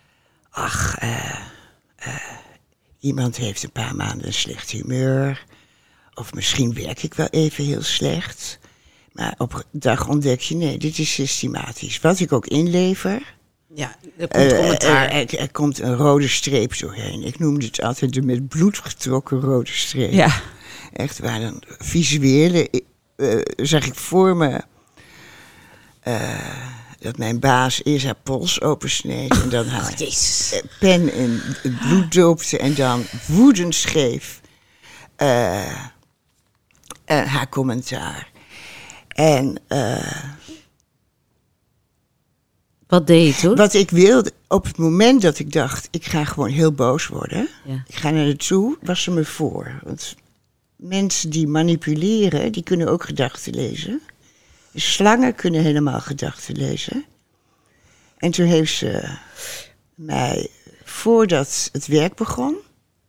iemand heeft een paar maanden een slecht humeur. Of misschien werk ik wel even heel slecht. Maar op een dag ontdek je, nee, dit is systematisch. Wat ik ook inlever. Ja, er komt commentaar. Er komt een rode streep doorheen. Ik noemde het altijd de met bloed getrokken rode streep. Ja. Echt waar, dan visuele zag ik voor me dat mijn baas eerst haar pols opensneed en dan haar pen in het bloed doopte en dan woedend schreef haar commentaar. En wat deed je toen? Wat ik wilde, op het moment dat ik dacht, ik ga gewoon heel boos worden. Ja. Ik ga naar haar toe, was ze me voor. Want mensen die manipuleren, die kunnen ook gedachten lezen. Slangen kunnen helemaal gedachten lezen. En toen heeft ze mij, voordat het werk begon.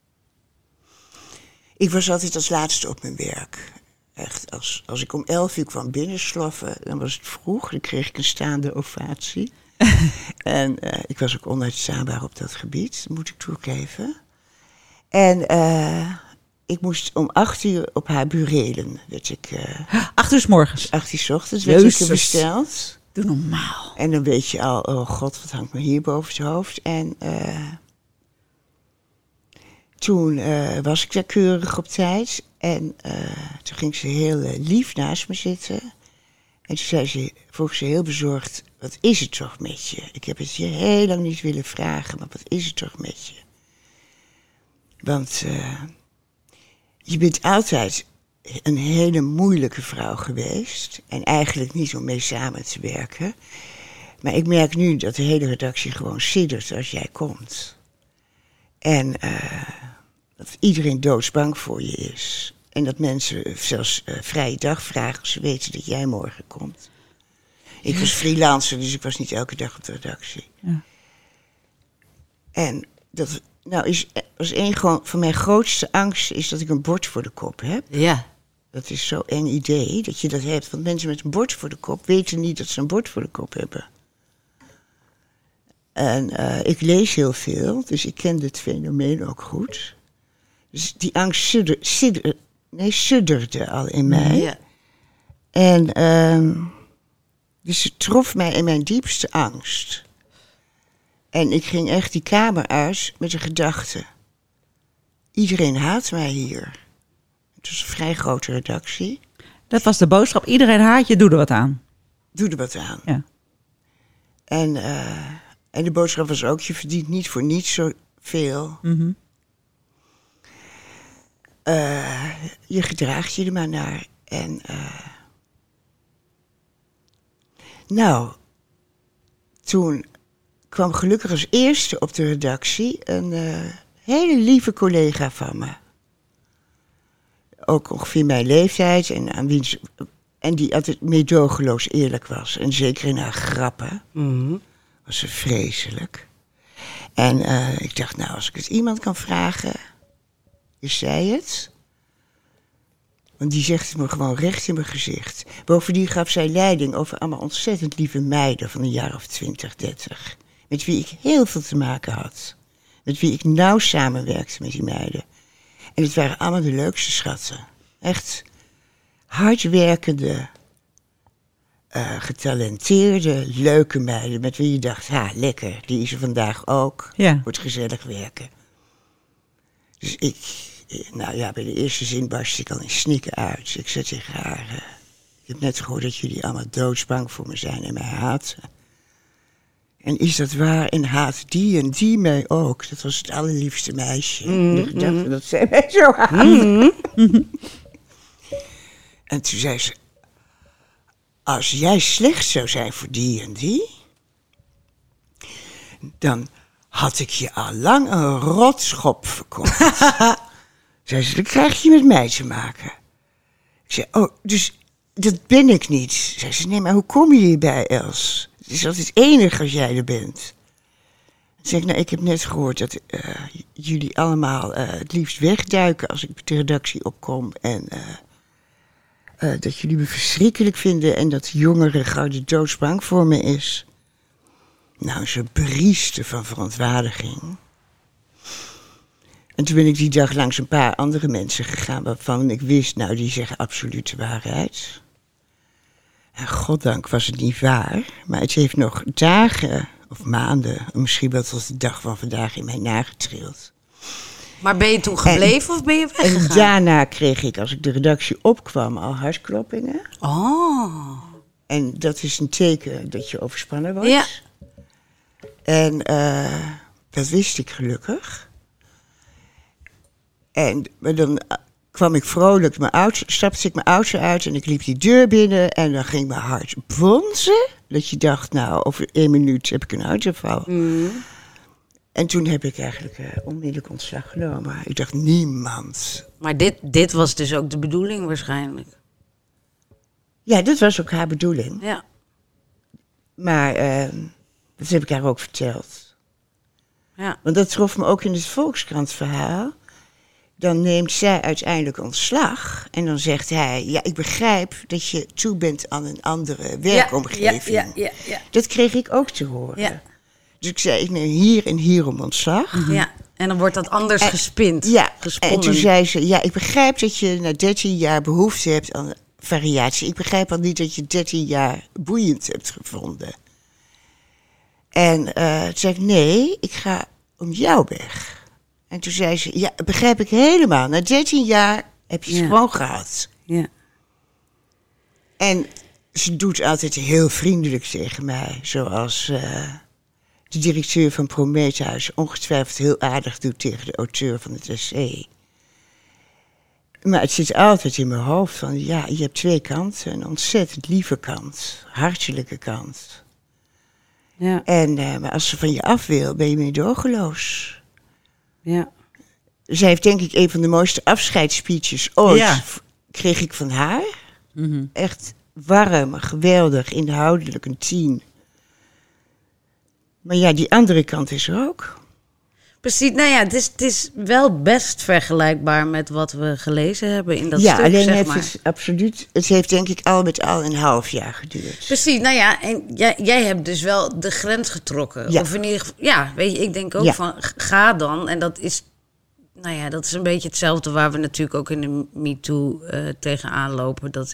Ik was altijd als laatste op mijn werk. Echt, als ik om 11 uur kwam binnensloffen, dan was het vroeg. Dan kreeg ik een staande ovatie. En ik was ook onuitstaanbaar op dat gebied, moet ik toegeven. En ik moest om 8 uur op haar burelen. 8 uur 's morgens? 8 uur 's ochtends werd ik er besteld. Doe normaal. En dan weet je al, oh god, wat hangt me hier boven het hoofd. En toen was ik daar keurig op tijd. En toen ging ze heel lief naast me zitten. En toen vroeg ze heel bezorgd, wat is het toch met je? Ik heb het je heel lang niet willen vragen, maar wat is het toch met je? Want je bent altijd een hele moeilijke vrouw geweest. En eigenlijk niet om mee samen te werken. Maar ik merk nu dat de hele redactie gewoon siddert als jij komt. En dat iedereen doodsbang voor je is. En dat mensen zelfs vrije dag vragen als ze weten dat jij morgen komt. Ik was freelancer, dus ik was niet elke dag op de redactie. Ja. En dat was gewoon van mijn grootste angst is dat ik een bord voor de kop heb. Ja. Dat is zo'n eng idee dat je dat hebt. Want mensen met een bord voor de kop weten niet dat ze een bord voor de kop hebben. En ik lees heel veel, dus ik ken dit fenomeen ook goed. Dus die angst sudderde al in mij. Ja. En dus het trof mij in mijn diepste angst. En ik ging echt die kamer uit met de gedachte: iedereen haat mij hier. Het was een vrij grote redactie. Dat was de boodschap. Iedereen haat je, doe er wat aan. Doe er wat aan. Ja. En de boodschap was ook: je verdient niet voor niets zoveel. Mm-hmm. Je gedraagt je er maar naar. En toen kwam gelukkig als eerste op de redactie een hele lieve collega van me. Ook ongeveer mijn leeftijd en die altijd meedogenloos eerlijk was. En zeker in haar grappen was ze vreselijk. En ik dacht, als ik het iemand kan vragen, is zij het? Want die zegt het me gewoon recht in mijn gezicht. Bovendien gaf zij leiding over allemaal ontzettend lieve meiden van een jaar of 20, 30. Met wie ik heel veel te maken had. Met wie ik nauw samenwerkte met die meiden. En het waren allemaal de leukste schatten. Echt hardwerkende, getalenteerde, leuke meiden. Met wie je dacht, lekker, die is er vandaag ook. Ja. Wordt gezellig werken. Dus bij de eerste zin barstte ik al in snikken uit. Ik zei tegen haar: ik heb net gehoord dat jullie allemaal doodsbang voor me zijn en mij haten. En is dat waar? En haat die en die mij ook? Dat was het allerliefste meisje. De gedachte dat zij mij zo haat. En toen zei ze: als jij slecht zou zijn voor die en die, dan had ik je al lang een rotschop verkocht. Zei ze: dan krijg je met mij te maken. Ik zei: dus dat ben ik niet. Zei ze: nee, maar hoe kom je hierbij, Els? Het is altijd enig als jij er bent. Toen zei ik: ik heb net gehoord dat jullie allemaal het liefst wegduiken als ik met de redactie opkom. En dat jullie me verschrikkelijk vinden en dat de jongere gouden doodsbang voor me is. Ze brieste van verontwaardiging. En toen ben ik die dag langs een paar andere mensen gegaan waarvan ik wist, die zeggen absoluut de waarheid. En goddank was het niet waar, maar het heeft nog dagen of maanden, misschien wel tot de dag van vandaag in mij nagetrild. Maar ben je toen gebleven of ben je weggegaan? En daarna kreeg ik, als ik de redactie opkwam, al hartkloppingen. Oh. En dat is een teken dat je overspannen wordt. Ja. En dat wist ik gelukkig. Maar dan kwam ik vrolijk, stapte ik mijn auto uit en ik liep die deur binnen en dan ging mijn hart bonzen. Dat je dacht, over 1 minuut heb ik een hartaanval. En toen heb ik eigenlijk onmiddellijk ontslag genomen. Ik dacht, niemand. Maar dit was dus ook de bedoeling waarschijnlijk. Ja, dat was ook haar bedoeling. Ja. Maar dat heb ik haar ook verteld. Ja. Want dat trof me ook in het Volkskrant-verhaal. Dan neemt zij uiteindelijk ontslag. En dan zegt hij, ik begrijp dat je toe bent aan een andere werkomgeving. Ja. Dat kreeg ik ook te horen. Ja. Dus ik zei, ik neem hier en hier om ontslag. Ja, en dan wordt dat anders gespind. Ja, gesponnen. En toen zei ze, ik begrijp dat je na 13 jaar behoefte hebt aan variatie. Ik begrijp al niet dat je 13 jaar boeiend hebt gevonden. En toen zei ik, nee, ik ga om jou weg. En toen zei ze, begrijp ik helemaal. Na 13 jaar heb je het gewoon gehad. Ja. En ze doet altijd heel vriendelijk tegen mij. Zoals de directeur van Prometheus ongetwijfeld heel aardig doet tegen de auteur van het essay. Maar het zit altijd in mijn hoofd van, je hebt 2 kanten. Een ontzettend lieve kant, hartelijke kant. Ja. Maar als ze van je af wil, ben je meedogenloos. Ja. Zij heeft denk ik een van de mooiste afscheidsspeeches ooit, kreeg ik van haar. Mm-hmm. Echt warm, geweldig, inhoudelijk, een 10. Maar die andere kant is er ook. Precies, het is wel best vergelijkbaar met wat we gelezen hebben in dat stuk, alleen zeg heeft maar. het heeft denk ik al met al een half jaar geduurd. Precies, en jij hebt dus wel de grens getrokken. Ja. Of in ieder geval, weet je, ik denk ook van, ga dan. En dat is nou ja, dat is een beetje hetzelfde waar we natuurlijk ook in de MeToo tegenaan lopen. Dat,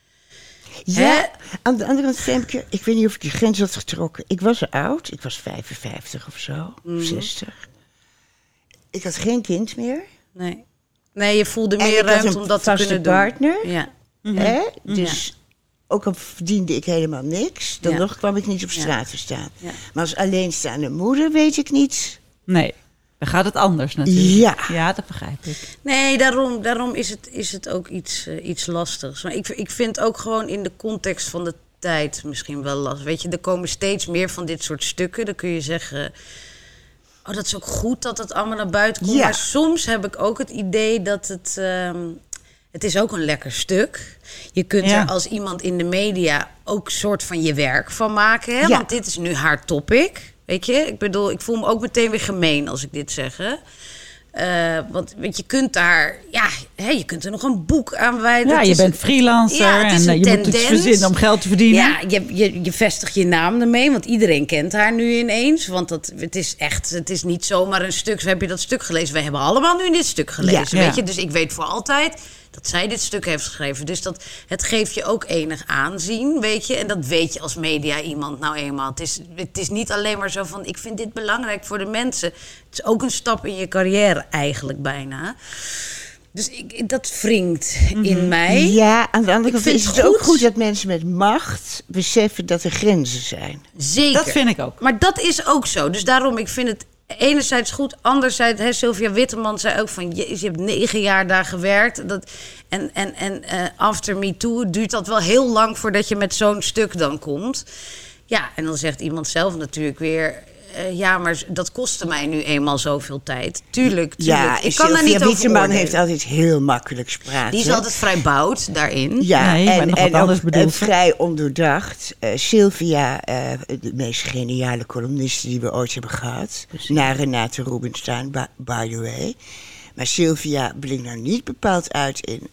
Ja, aan de andere kant, Femke, ik weet niet of ik die grens had getrokken. Ik was oud, ik was 55 of zo, of 60. Ik had geen kind meer. Nee, je voelde En meer ik had ruimte een om dat te vaste kunnen doen. partner. Ja. Hè? Dus ook al verdiende ik helemaal niks, dan Ja. nog kwam ik niet op straat te staan. Ja. Maar als alleenstaande moeder weet ik niet. Nee, dan gaat het anders natuurlijk. Ja. Ja, dat begrijp ik. Nee, daarom is het ook iets lastigs. Maar ik vind ook gewoon in de context van de tijd misschien wel lastig. Weet je, er komen steeds meer van dit soort stukken. Dan kun je zeggen, oh, dat is ook goed dat het allemaal naar buiten komt. Ja. Maar soms heb ik ook het idee dat het is ook een lekker stuk. Je kunt Ja. er als iemand in de media ook soort van je werk van maken. Hè? Ja. Want dit is nu haar topic. Weet je, ik bedoel, ik voel me ook meteen weer gemeen als ik dit zeg. Hè? Want je kunt daar, je kunt er nog een boek aan wijden. Ja, Het je is bent een- freelancer Ja, het is en een je moet iets tendens. verzinnen om geld te verdienen. Ja, je vestigt je naam ermee, want iedereen kent haar nu ineens. Want het is niet zomaar een stuk. Heb je dat stuk gelezen? Wij hebben allemaal nu dit stuk gelezen, Ja. weet je. Dus ik weet voor altijd dat zij dit stuk heeft geschreven. Dus het geeft je ook enig aanzien, weet je. En dat weet je als media iemand nou eenmaal. Het is niet alleen maar zo van, ik vind dit belangrijk voor de mensen. Het is ook een stap in je carrière eigenlijk bijna. Dus dat wringt in mij. Ja, aan de andere Ik kant vind is het het ook goed. goed dat mensen met macht beseffen dat er grenzen zijn. Zeker. Dat vind ik ook. Maar dat is ook zo. Dus daarom, ik vind het enerzijds goed. Anderzijds, Sylvia Witteman zei ook van, je hebt 9 jaar daar gewerkt. En after MeToo duurt dat wel heel lang voordat je met zo'n stuk dan komt. Ja, en dan zegt iemand zelf natuurlijk weer, ja, maar dat kostte mij nu eenmaal zoveel tijd. Tuurlijk. Ja, Ik kan daar Sylvia niet over Witteman oordelen. heeft altijd heel makkelijk praten. Die is altijd vrij bout daarin. Ja, Nee, ik ben nog wat en anders ook bedoeld. vrij ondoordacht. Sylvia, de meest geniale columniste die we ooit hebben gehad. Na Renate Rubinstein, by the way. Maar Sylvia blinkt nou niet bepaald uit in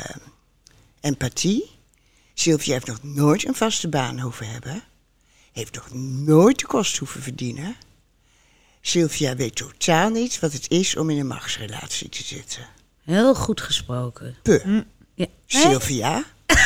empathie. Sylvia heeft nog nooit een vaste baan hoeven hebben. Heeft nog nooit de kost hoeven verdienen. Sylvia weet totaal niet wat het is om in een machtsrelatie te zitten. Heel goed gesproken. Puh. Ja. Sylvia.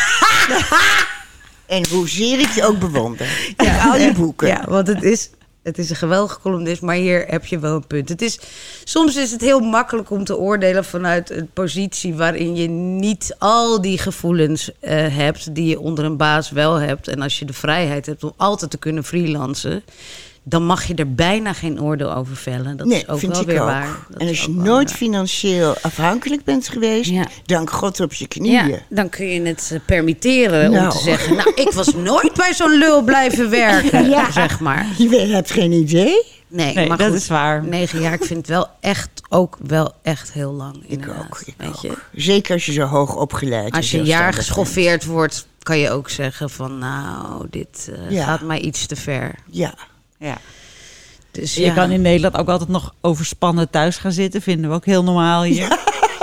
En hoezeer ik je ook bewonder. Ja, al je boeken. Ja, want het is een geweldige columnist, maar hier heb je wel een punt. Soms is het heel makkelijk om te oordelen vanuit een positie waarin je niet al die gevoelens hebt die je onder een baas wel hebt. En als je de vrijheid hebt om altijd te kunnen freelancen, dan mag je er bijna geen oordeel over vellen. Dat Nee, is ook vind wel ik weer ook. waar. Dat En is als je ook wel nooit waar. financieel afhankelijk bent geweest, Ja. dank God op je knieën. Ja, dan kun je het permitteren om Nou. te zeggen, nou, ik was nooit bij zo'n lul blijven werken, Ja. zeg maar. Je hebt geen idee. Nee, maar dat goed, is waar. 9 jaar, ik vind het wel echt heel lang. Inderdaad, Ik weet ook. je? Zeker als je zo hoog opgeleid Als je een jaar geschoffeerd wordt, kan je ook zeggen van, nou, dit Ja. gaat mij iets te ver. Ja. Ja. Dus Je kan in Nederland ook altijd nog overspannen thuis gaan zitten. Vinden we ook heel normaal hier.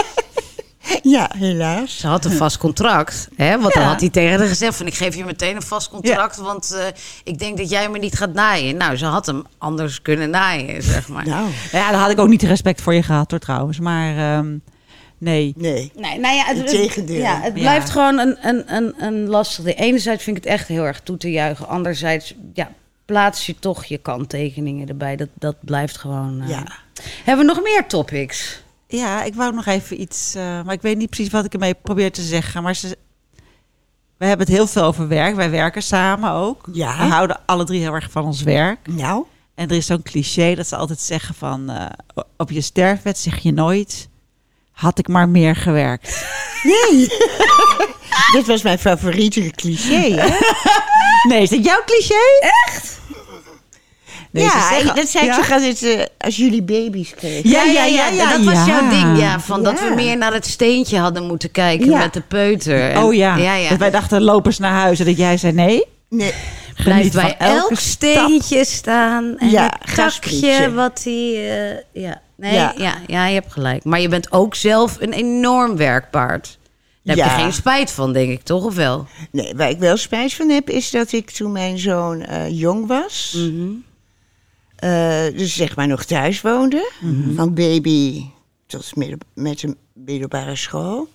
Ja, helaas. Ze had een vast contract, hè? Want dan Ja. had hij tegen haar gezegd van, ik geef je meteen een vast contract, want ik denk dat jij me niet gaat naaien. Nou, ze had hem anders kunnen naaien, zeg maar. Nou, Ja, daar had ik ook niet respect voor je gehad hoor trouwens. Maar nee. nee. Nee, nou ja, Integendeel. het Ja. blijft gewoon een lastig ding. Enerzijds vind ik het echt heel erg toe te juichen. Anderzijds, plaats je toch je kanttekeningen erbij. Dat blijft gewoon... Ja. Hebben we nog meer topics? Ja, ik wou nog even iets... maar ik weet niet precies wat ik ermee probeer te zeggen. Maar we hebben het heel veel over werk. Wij werken samen ook. Ja. We houden alle 3 heel erg van ons werk. Nou, En er is zo'n cliché dat ze altijd zeggen van... op je sterfbed zeg je nooit... had ik maar meer gewerkt. nee. Dit was mijn favoriete cliché, hè? Nee, is dat jouw cliché? Echt? Nee, ze ja, zeggen- dat zei ik ja. toch altijd als jullie baby's kregen. Ja, dat was jouw ding, ja. van dat Ja. we meer naar het steentje hadden moeten kijken Ja. met de peuter. En- Oh ja. ja. Dus wij dachten lopers naar huis. En dat jij zei nee. Nee, Blijf Geniet bij van elke elk steentje staan. En Ja, het takje gasprietje. wat hij... Nee, Ja. ja, je hebt gelijk. Maar je bent ook zelf een enorm werkpaard. Daar heb Ja. je geen spijt van, denk ik, toch? Of wel? nee, waar ik wel spijt van heb, is dat ik toen mijn zoon jong was... Mhm. dus zeg maar nog thuis woonde. Van baby tot met een middelbare school.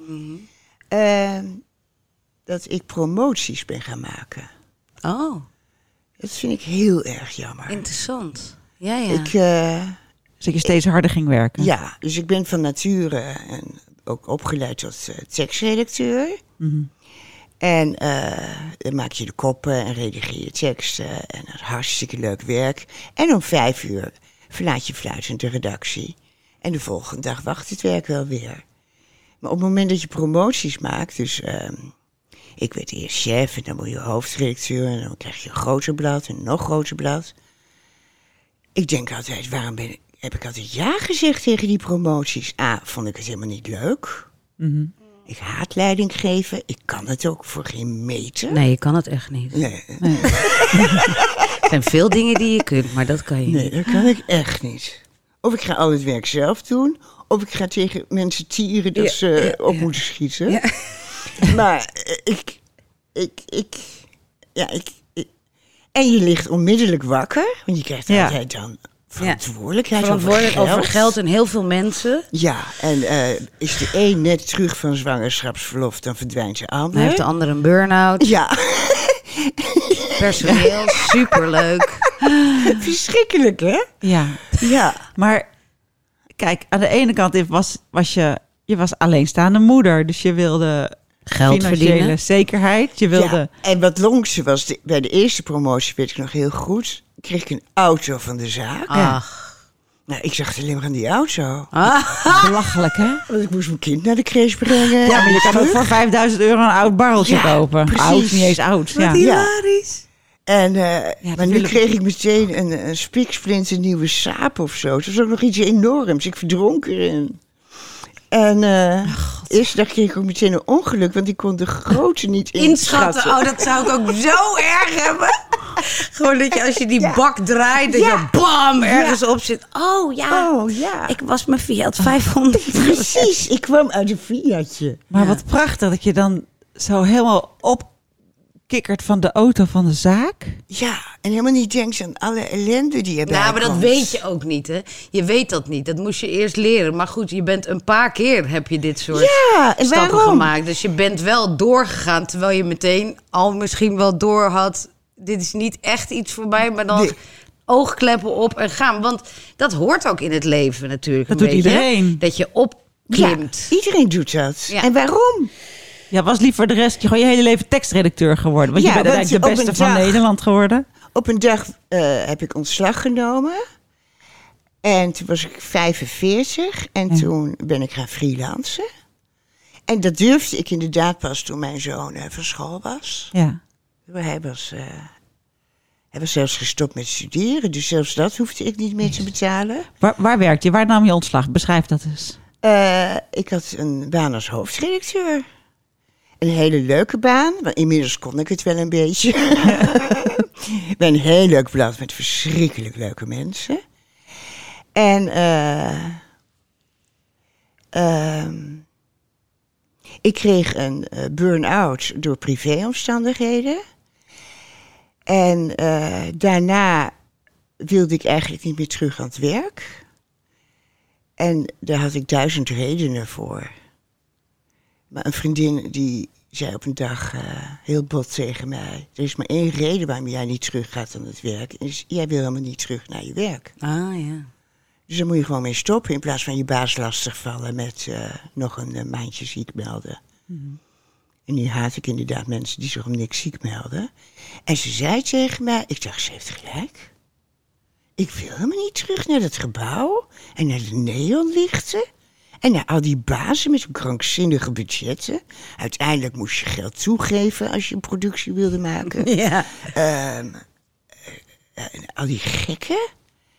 Dat ik promoties ben gaan maken. Oh, Dat vind ik heel erg jammer. interessant. Ja. Dus dat je steeds harder ging werken. Ja, dus ik ben van nature en ook opgeleid tot tekstredacteur. En dan maak je de koppen en redigeer je teksten. En dat is hartstikke leuk werk. En om 5:00 verlaat je fluitend de redactie. En de volgende dag wacht het werk wel weer. Maar op het moment dat je promoties maakt, dus ik werd eerst chef en dan word je hoofdredacteur en dan krijg je een groter blad en een nog groter blad. Ik denk altijd, heb ik altijd ja gezegd tegen die promoties? Vond ik het helemaal niet leuk. Ik haat leiding geven. Ik kan het ook voor geen meter. Nee, je kan het echt niet. Nee, Er zijn veel dingen die je kunt, maar dat kan je nee, niet. dat kan ik echt niet. Of ik ga al het werk zelf doen, of ik ga tegen mensen tieren dat ze op moeten schieten. Ja. Maar en je ligt onmiddellijk wakker, want je krijgt altijd dan verantwoordelijkheid over geld en heel veel mensen. Ja, en is de een net terug van zwangerschapsverlof, dan verdwijnt de ander. Dan heeft de ander een burn-out. Ja, Personeel, superleuk. verschrikkelijk hè? Ja. Ja. Maar kijk, aan de ene kant was je was alleenstaande moeder. Dus je wilde Geld financiële verdienen. zekerheid. Je wilde... Ja, en wat longste was, bij de eerste promotie weet ik nog heel goed, kreeg ik een auto van de zaak. Ach. Nou, ik zag alleen maar aan die auto. Belachelijk, hè? Want ik moest mijn kind naar de crash brengen. Ja, maar je kan ook voor €5.000 een oud barreltje Ja, kopen. precies. Oud, niet eens oud. Ja. Hilarisch. En, dat maar nu wil ik- kreeg ik meteen een spiksplinter nieuwe saap of zo. Het was ook nog iets enorms. Ik verdronk erin. En eerst dag kreeg ik ook meteen een ongeluk, want ik kon de grootte niet Inschatten. inschatten. Oh, dat zou ik ook zo erg hebben. Gewoon dat je als je die bak draait, dat je bam ergens op zit. Oh ja, Oh ja, ik was mijn Fiat 500. precies. Ik kwam uit een Fiatje. Maar wat prachtig dat je dan zo helemaal opkikkert van de auto van de zaak. Ja, en helemaal niet denkt aan alle ellende die erbij Nou, maar dat komt. weet je ook niet, hè? Je weet dat niet. Dat moest je eerst leren. Maar goed, je bent een paar keer heb je dit soort Ja, en stappen waarom? gemaakt. Dus je bent wel doorgegaan, terwijl je meteen al misschien wel door had. Dit is niet echt iets voor mij, maar dan Nee. oogkleppen op en gaan. Want dat hoort ook in het leven natuurlijk. Dat een doet beetje, hè? iedereen. Dat je opklimt. Ja, iedereen doet dat. Ja. En waarom? Ja, was liever de rest gewoon je hele leven tekstredacteur geworden. Want Ja, je bent want eigenlijk de op beste een van dag- Nederland geworden. Op een dag heb ik ontslag genomen. En toen was ik 45. En toen ben ik gaan freelancen. En dat durfde ik inderdaad pas toen mijn zoon van school was. Ja. Hij was zelfs gestopt met studeren. Dus zelfs dat hoefde ik niet meer te betalen. Waar werkte je? Waar nam je ontslag? Beschrijf dat eens. Ik had een baan als hoofdredacteur. Een hele leuke baan, want inmiddels kon ik het wel een beetje. Bij een heel leuk blad met verschrikkelijk leuke mensen. En ik kreeg een burn-out door privéomstandigheden. En daarna wilde ik eigenlijk niet meer terug aan het werk. En daar had ik 1000 redenen voor. Maar een vriendin die zei op een dag heel bot tegen mij: er is maar één reden waarom jij niet terug gaat aan het werk. En jij wil helemaal niet terug naar je werk. Ah ja. Dus daar moet je gewoon mee stoppen in plaats van je baas lastigvallen met nog een maandje ziek melden. En nu haat ik inderdaad mensen die zich om niks ziek melden. En ze zei tegen mij, ik dacht, ze heeft gelijk. Ik wil helemaal niet terug naar dat gebouw en naar de neonlichten. En naar al die bazen met hun krankzinnige budgetten. Uiteindelijk moest je geld toegeven als je een productie wilde maken. Ja. Al die gekken.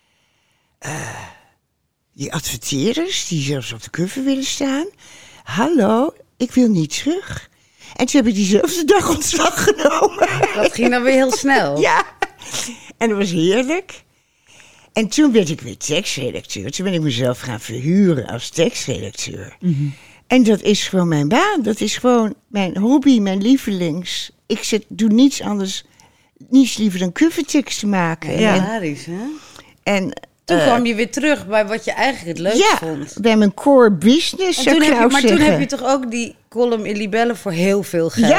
Die adverteerders die zelfs op de cover willen staan. Hallo, ik wil niet terug. En toen heb ik diezelfde dag ontslag genomen. Dat ging dan weer heel snel. Ja, en dat was heerlijk. En toen werd ik weer tekstredacteur. Toen ben ik mezelf gaan verhuren als tekstredacteur. En dat is gewoon mijn baan. Dat is gewoon mijn hobby, mijn lievelings. Ik doe niets anders, niets liever dan coverteksten maken. Ja. Hilarisch, hè? En Toen kwam je weer terug bij wat je eigenlijk het leukst vond. Bij mijn core business, En zou toen ik nou toen zeggen. heb je toch ook die column in Libelle voor heel veel geld.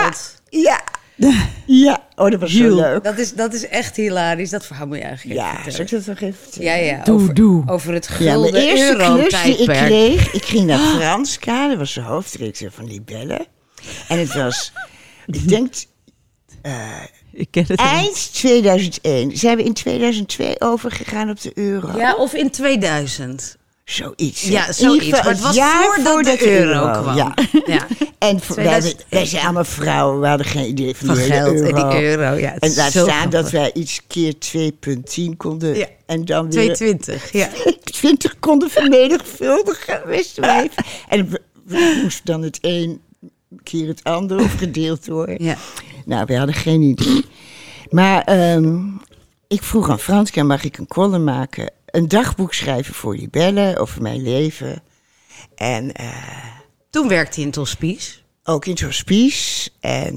Ja. Oh, dat was zo leuk. Dat is echt hilarisch. Dat verhaal moet je eigenlijk even Ja, vertellen. zal ik dat nog even vertellen? Ja. Doe. Over het Ja, mijn gulden eerste klus die ik euro-tijdperk. kreeg, ik ging naar Franska, dat was de hoofdredacteur van Libelle. En het was, ik denk, Ik ken het niet. eind 2001. Zijn we in 2002 overgegaan op de euro? Ja, of in 2000. Zoiets. Ja, In zoiets. ieder geval Maar het was jaar voordat de euro kwam. Ja. Ja. En wij 2001. zijn allemaal vrouwen, we hadden geen idee van Van die hele geld en euro. die euro. Ja, het En is laat zo staan dat grappig. wij iets keer 2,10 konden. Ja. En dan weer 220, ja. 20 konden vermenigvuldigen, wisten wij. En we moesten dan het een keer het ander of gedeeld door. Ja. Nou, we hadden geen idee. Maar ik vroeg aan Franska, mag ik een column maken? Een dagboek schrijven voor Libelle over mijn leven. En Toen werkte hij in het hospice. ook in het hospice.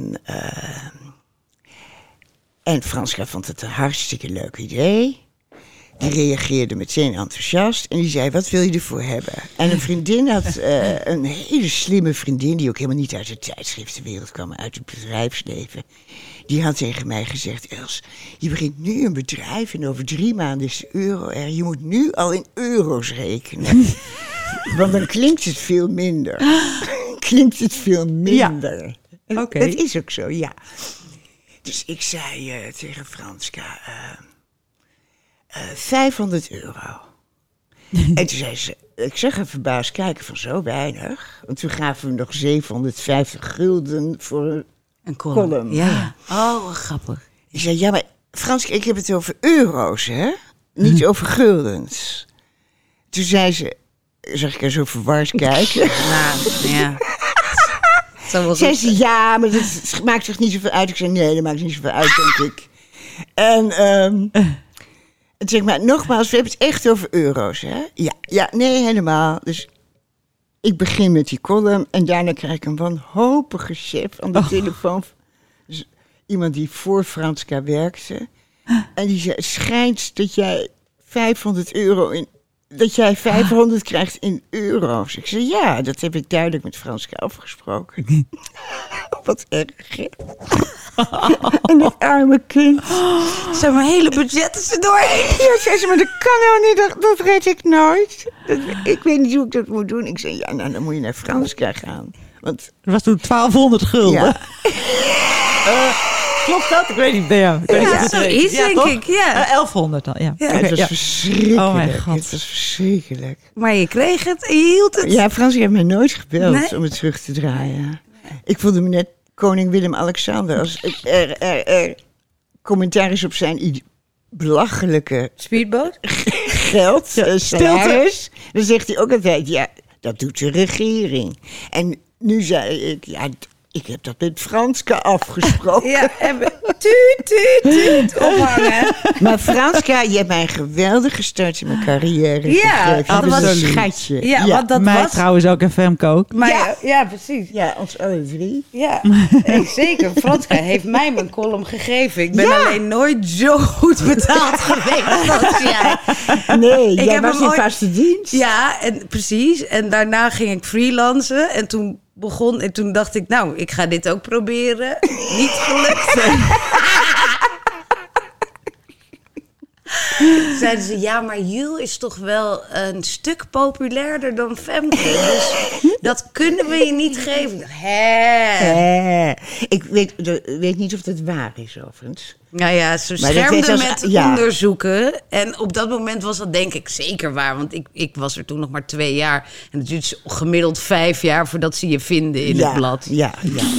En Franska vond het een hartstikke leuk idee. Die reageerde meteen enthousiast. En die zei, wat wil je ervoor hebben? En een vriendin had, een hele slimme vriendin... die ook helemaal niet uit de tijdschriftenwereld kwam... maar uit het bedrijfsleven. Die had tegen mij gezegd... Els, je begint nu een bedrijf... en over 3 maanden is de euro er. Je moet nu al in euro's rekenen. Want dan klinkt het veel minder. Klinkt het veel minder. En Oké. dat is ook zo, ja. Dus ik zei tegen Franska... 500 euro. En toen zei ze, ik zeg even verbaasd kijken van zo weinig. Want toen gaven we nog 750 gulden voor Een column. column. Ja. Oh, wat grappig. Ik zei, ja, maar Franska, ik heb het over euro's, hè? Niet over guldens. Toen zei ze, zag ik haar zo verward kijken. Nou, ja. Zo wel Zei goed. ze, ja, maar dat maakt toch niet zoveel uit? Ik zei, nee, dat maakt niet zoveel uit, denk ik. En toen zeg ik, maar nogmaals, we hebben het echt over euro's, hè? Ja, nee, helemaal. Dus ik begin met die column en daarna krijg ik een wanhopige chef aan de telefoon. Dus iemand die voor Franska werkte. En die zei, het schijnt dat jij 500 euro dat jij 500 krijgt in euro's. Ik zei, ja, dat heb ik duidelijk met Franska afgesproken. Wat erg, hè? En dat arme kind. Zijn mijn hele budget is er doorheen. Ja, zei ze, maar dat kan nou niet, dat red ik nooit. Ik weet niet hoe ik dat moet doen. Ik zei, ja, nou, dan moet je naar Franska gaan. Want, Dat was toen 1200 gulden. ja, Klopt dat? Ik weet niet. Ja, ik weet niet Ja, of het zoiets, is. denk toch? ik, ja. 1100 dan, ja. Ja, Oké, het was ja. verschrikkelijk. Oh mijn God. Het was verschrikkelijk. Maar je kreeg het en je hield het. Ja, Franska heeft mij nooit gebeld Nee? om het terug te draaien. Ik voelde me net koning Willem-Alexander. Als er commentaar is op zijn belachelijke Speedboot? geld, salaris, dan zegt hij ook altijd, ja, dat doet de regering. En nu zei ik, ja, ik heb dat met Franska afgesproken. Ja, en tuut ophangen. Maar Franska, je hebt mij een geweldige start in mijn carrière Ja, gegeven. dat Je bent was- een schatje. Ja, want dat Mij was... trouwens ook en Femke ook. Maar ja, precies. Ja, ons alle drie. Ja, nee, zeker. Franska heeft mij mijn column gegeven. Ik ben Ja. alleen nooit zo goed betaald geweest als jij. Nee, jij heb was hem in ooit- vaste dienst. Ja, en precies. En daarna ging ik freelancen. En toen toen dacht ik, nou, ik ga dit ook proberen. Niet gelukt. Zeiden ze, ja, maar Jules is toch wel een stuk populairder dan Femke. Dus dat kunnen we je niet geven. Ik dacht, hè? Ik weet niet of dat waar is, overigens. Nou ja, ze Maar dat schermden werd als- met ja. onderzoeken. En op dat moment was dat denk ik zeker waar. Want ik was er toen nog maar 2 jaar. En het duurt gemiddeld 5 jaar voordat ze je vinden in het blad. Ja.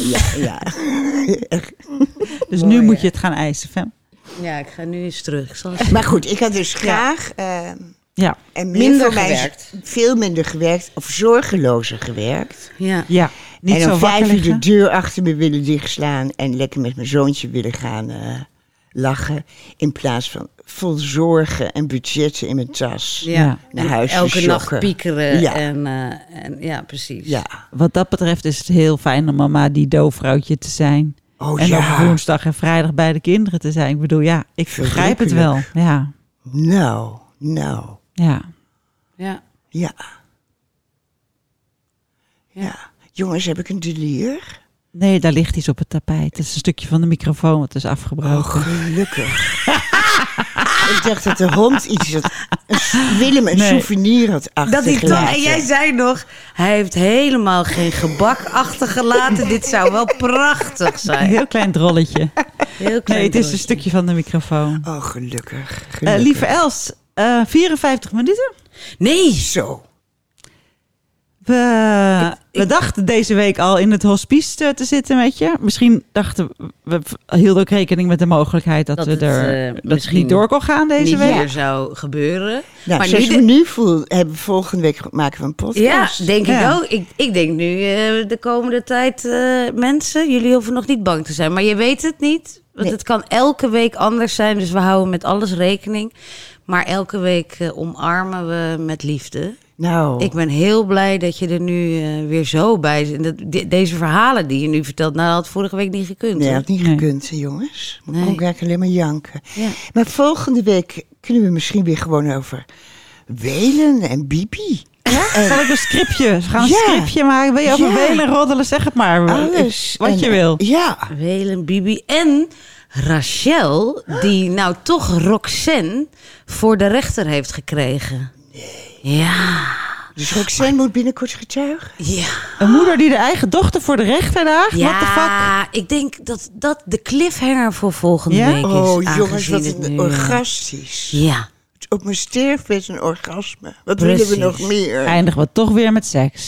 Dus nu moet je het gaan eisen, Fem. Ja, ik ga nu eens terug. Ik zal eens- Maar goed, ik had dus graag Ja, en meer Minder voor mij gewerkt. veel minder gewerkt of zorgelozer gewerkt. Ja. ja. Niet en zo om wakker 5 uur de liggen. deur achter me willen dichtslaan en lekker met mijn zoontje willen gaan lachen. In plaats van vol zorgen en budgetten in mijn tas. Ja. Naar En huis te elke nacht sjokken. piekeren. Ja. En ja, precies. Ja. Wat dat betreft is het heel fijn om mama die doofvrouwtje te zijn. Oh En ja. op woensdag en vrijdag bij de kinderen te zijn. Ik bedoel, ja, ik begrijp het wel. Ja. Nou. Ja. Ja. Ja. Ja. Jongens, heb ik een delier? Nee, daar ligt iets op het tapijt. Het is een stukje van de microfoon wat is afgebroken. Oh, gelukkig. Ik dacht dat de hond iets had... Willem een souvenir had achtergelaten. En jij zei nog, hij heeft helemaal geen gebak achtergelaten. Dit zou wel prachtig Een zijn. heel klein drolletje. Heel klein Nee, het is drolletje. een stukje van de microfoon. Oh, gelukkig. Lieve Els, 54 minuten. Nee, Zo. We dachten deze week al in het hospice te zitten met je. Misschien dachten we hielden ook rekening met de mogelijkheid dat het misschien niet door kon gaan deze niet week. meer zou gebeuren. Nou, maar zoals nu we nu voelen, hebben volgende week maken we een podcast. Ja, denk Ja. ik ook. Ik denk nu de komende tijd, mensen, jullie hoeven nog niet bang te zijn. Maar je weet het niet, want het kan elke week anders zijn. Dus we houden met alles rekening. Maar elke week omarmen we met liefde. Nou, Ik ben heel blij dat je er nu weer zo bij zit. Deze verhalen die je nu vertelt, nou, dat had vorige week niet gekund. nee, hè? had niet gekund, hè, jongens. Maar Nee. kon ik eigenlijk alleen maar janken. Ja. Maar volgende week kunnen we misschien weer gewoon over Welen en Bibi. Zal ik een scriptje? We gaan een Ja. scriptje maken. Wil je over Ja. Welen roddelen? Zeg het maar. Alles. Wat En, je wil. Ja. Welen, Bibi en Rachel, die nou toch Roxanne voor de rechter heeft gekregen. Nee. Ja. Dus Roxanne moet binnenkort getuigen. Ja. Een moeder die de eigen dochter voor de rechter daagt? What the fuck? Ja, ik denk dat de cliffhanger voor volgende Ja? week is. Oh, jongens, aangezien wat het een nu, orgastisch. Ja. Op mijn sterfbed een orgasme. Wat Precies. willen we nog meer? Eindigen we toch weer met seks.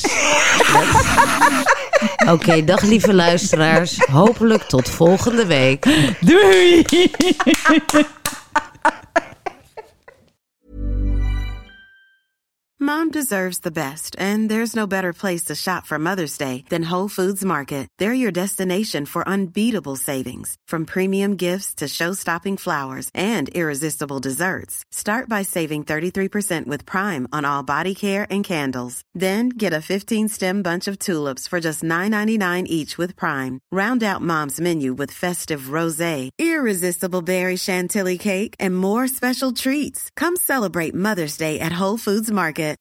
Oké, dag lieve luisteraars. Hopelijk tot volgende week. Doei! Mom deserves the best, and there's no better place to shop for Mother's Day than Whole Foods Market. They're your destination for unbeatable savings, from premium gifts to show-stopping flowers and irresistible desserts. Start by saving 33% with Prime on all body care and candles. Then get a 15-stem bunch of tulips for just $9.99 each with Prime. Round out Mom's menu with festive rosé, irresistible berry chantilly cake, and more special treats. Come celebrate Mother's Day at Whole Foods Market.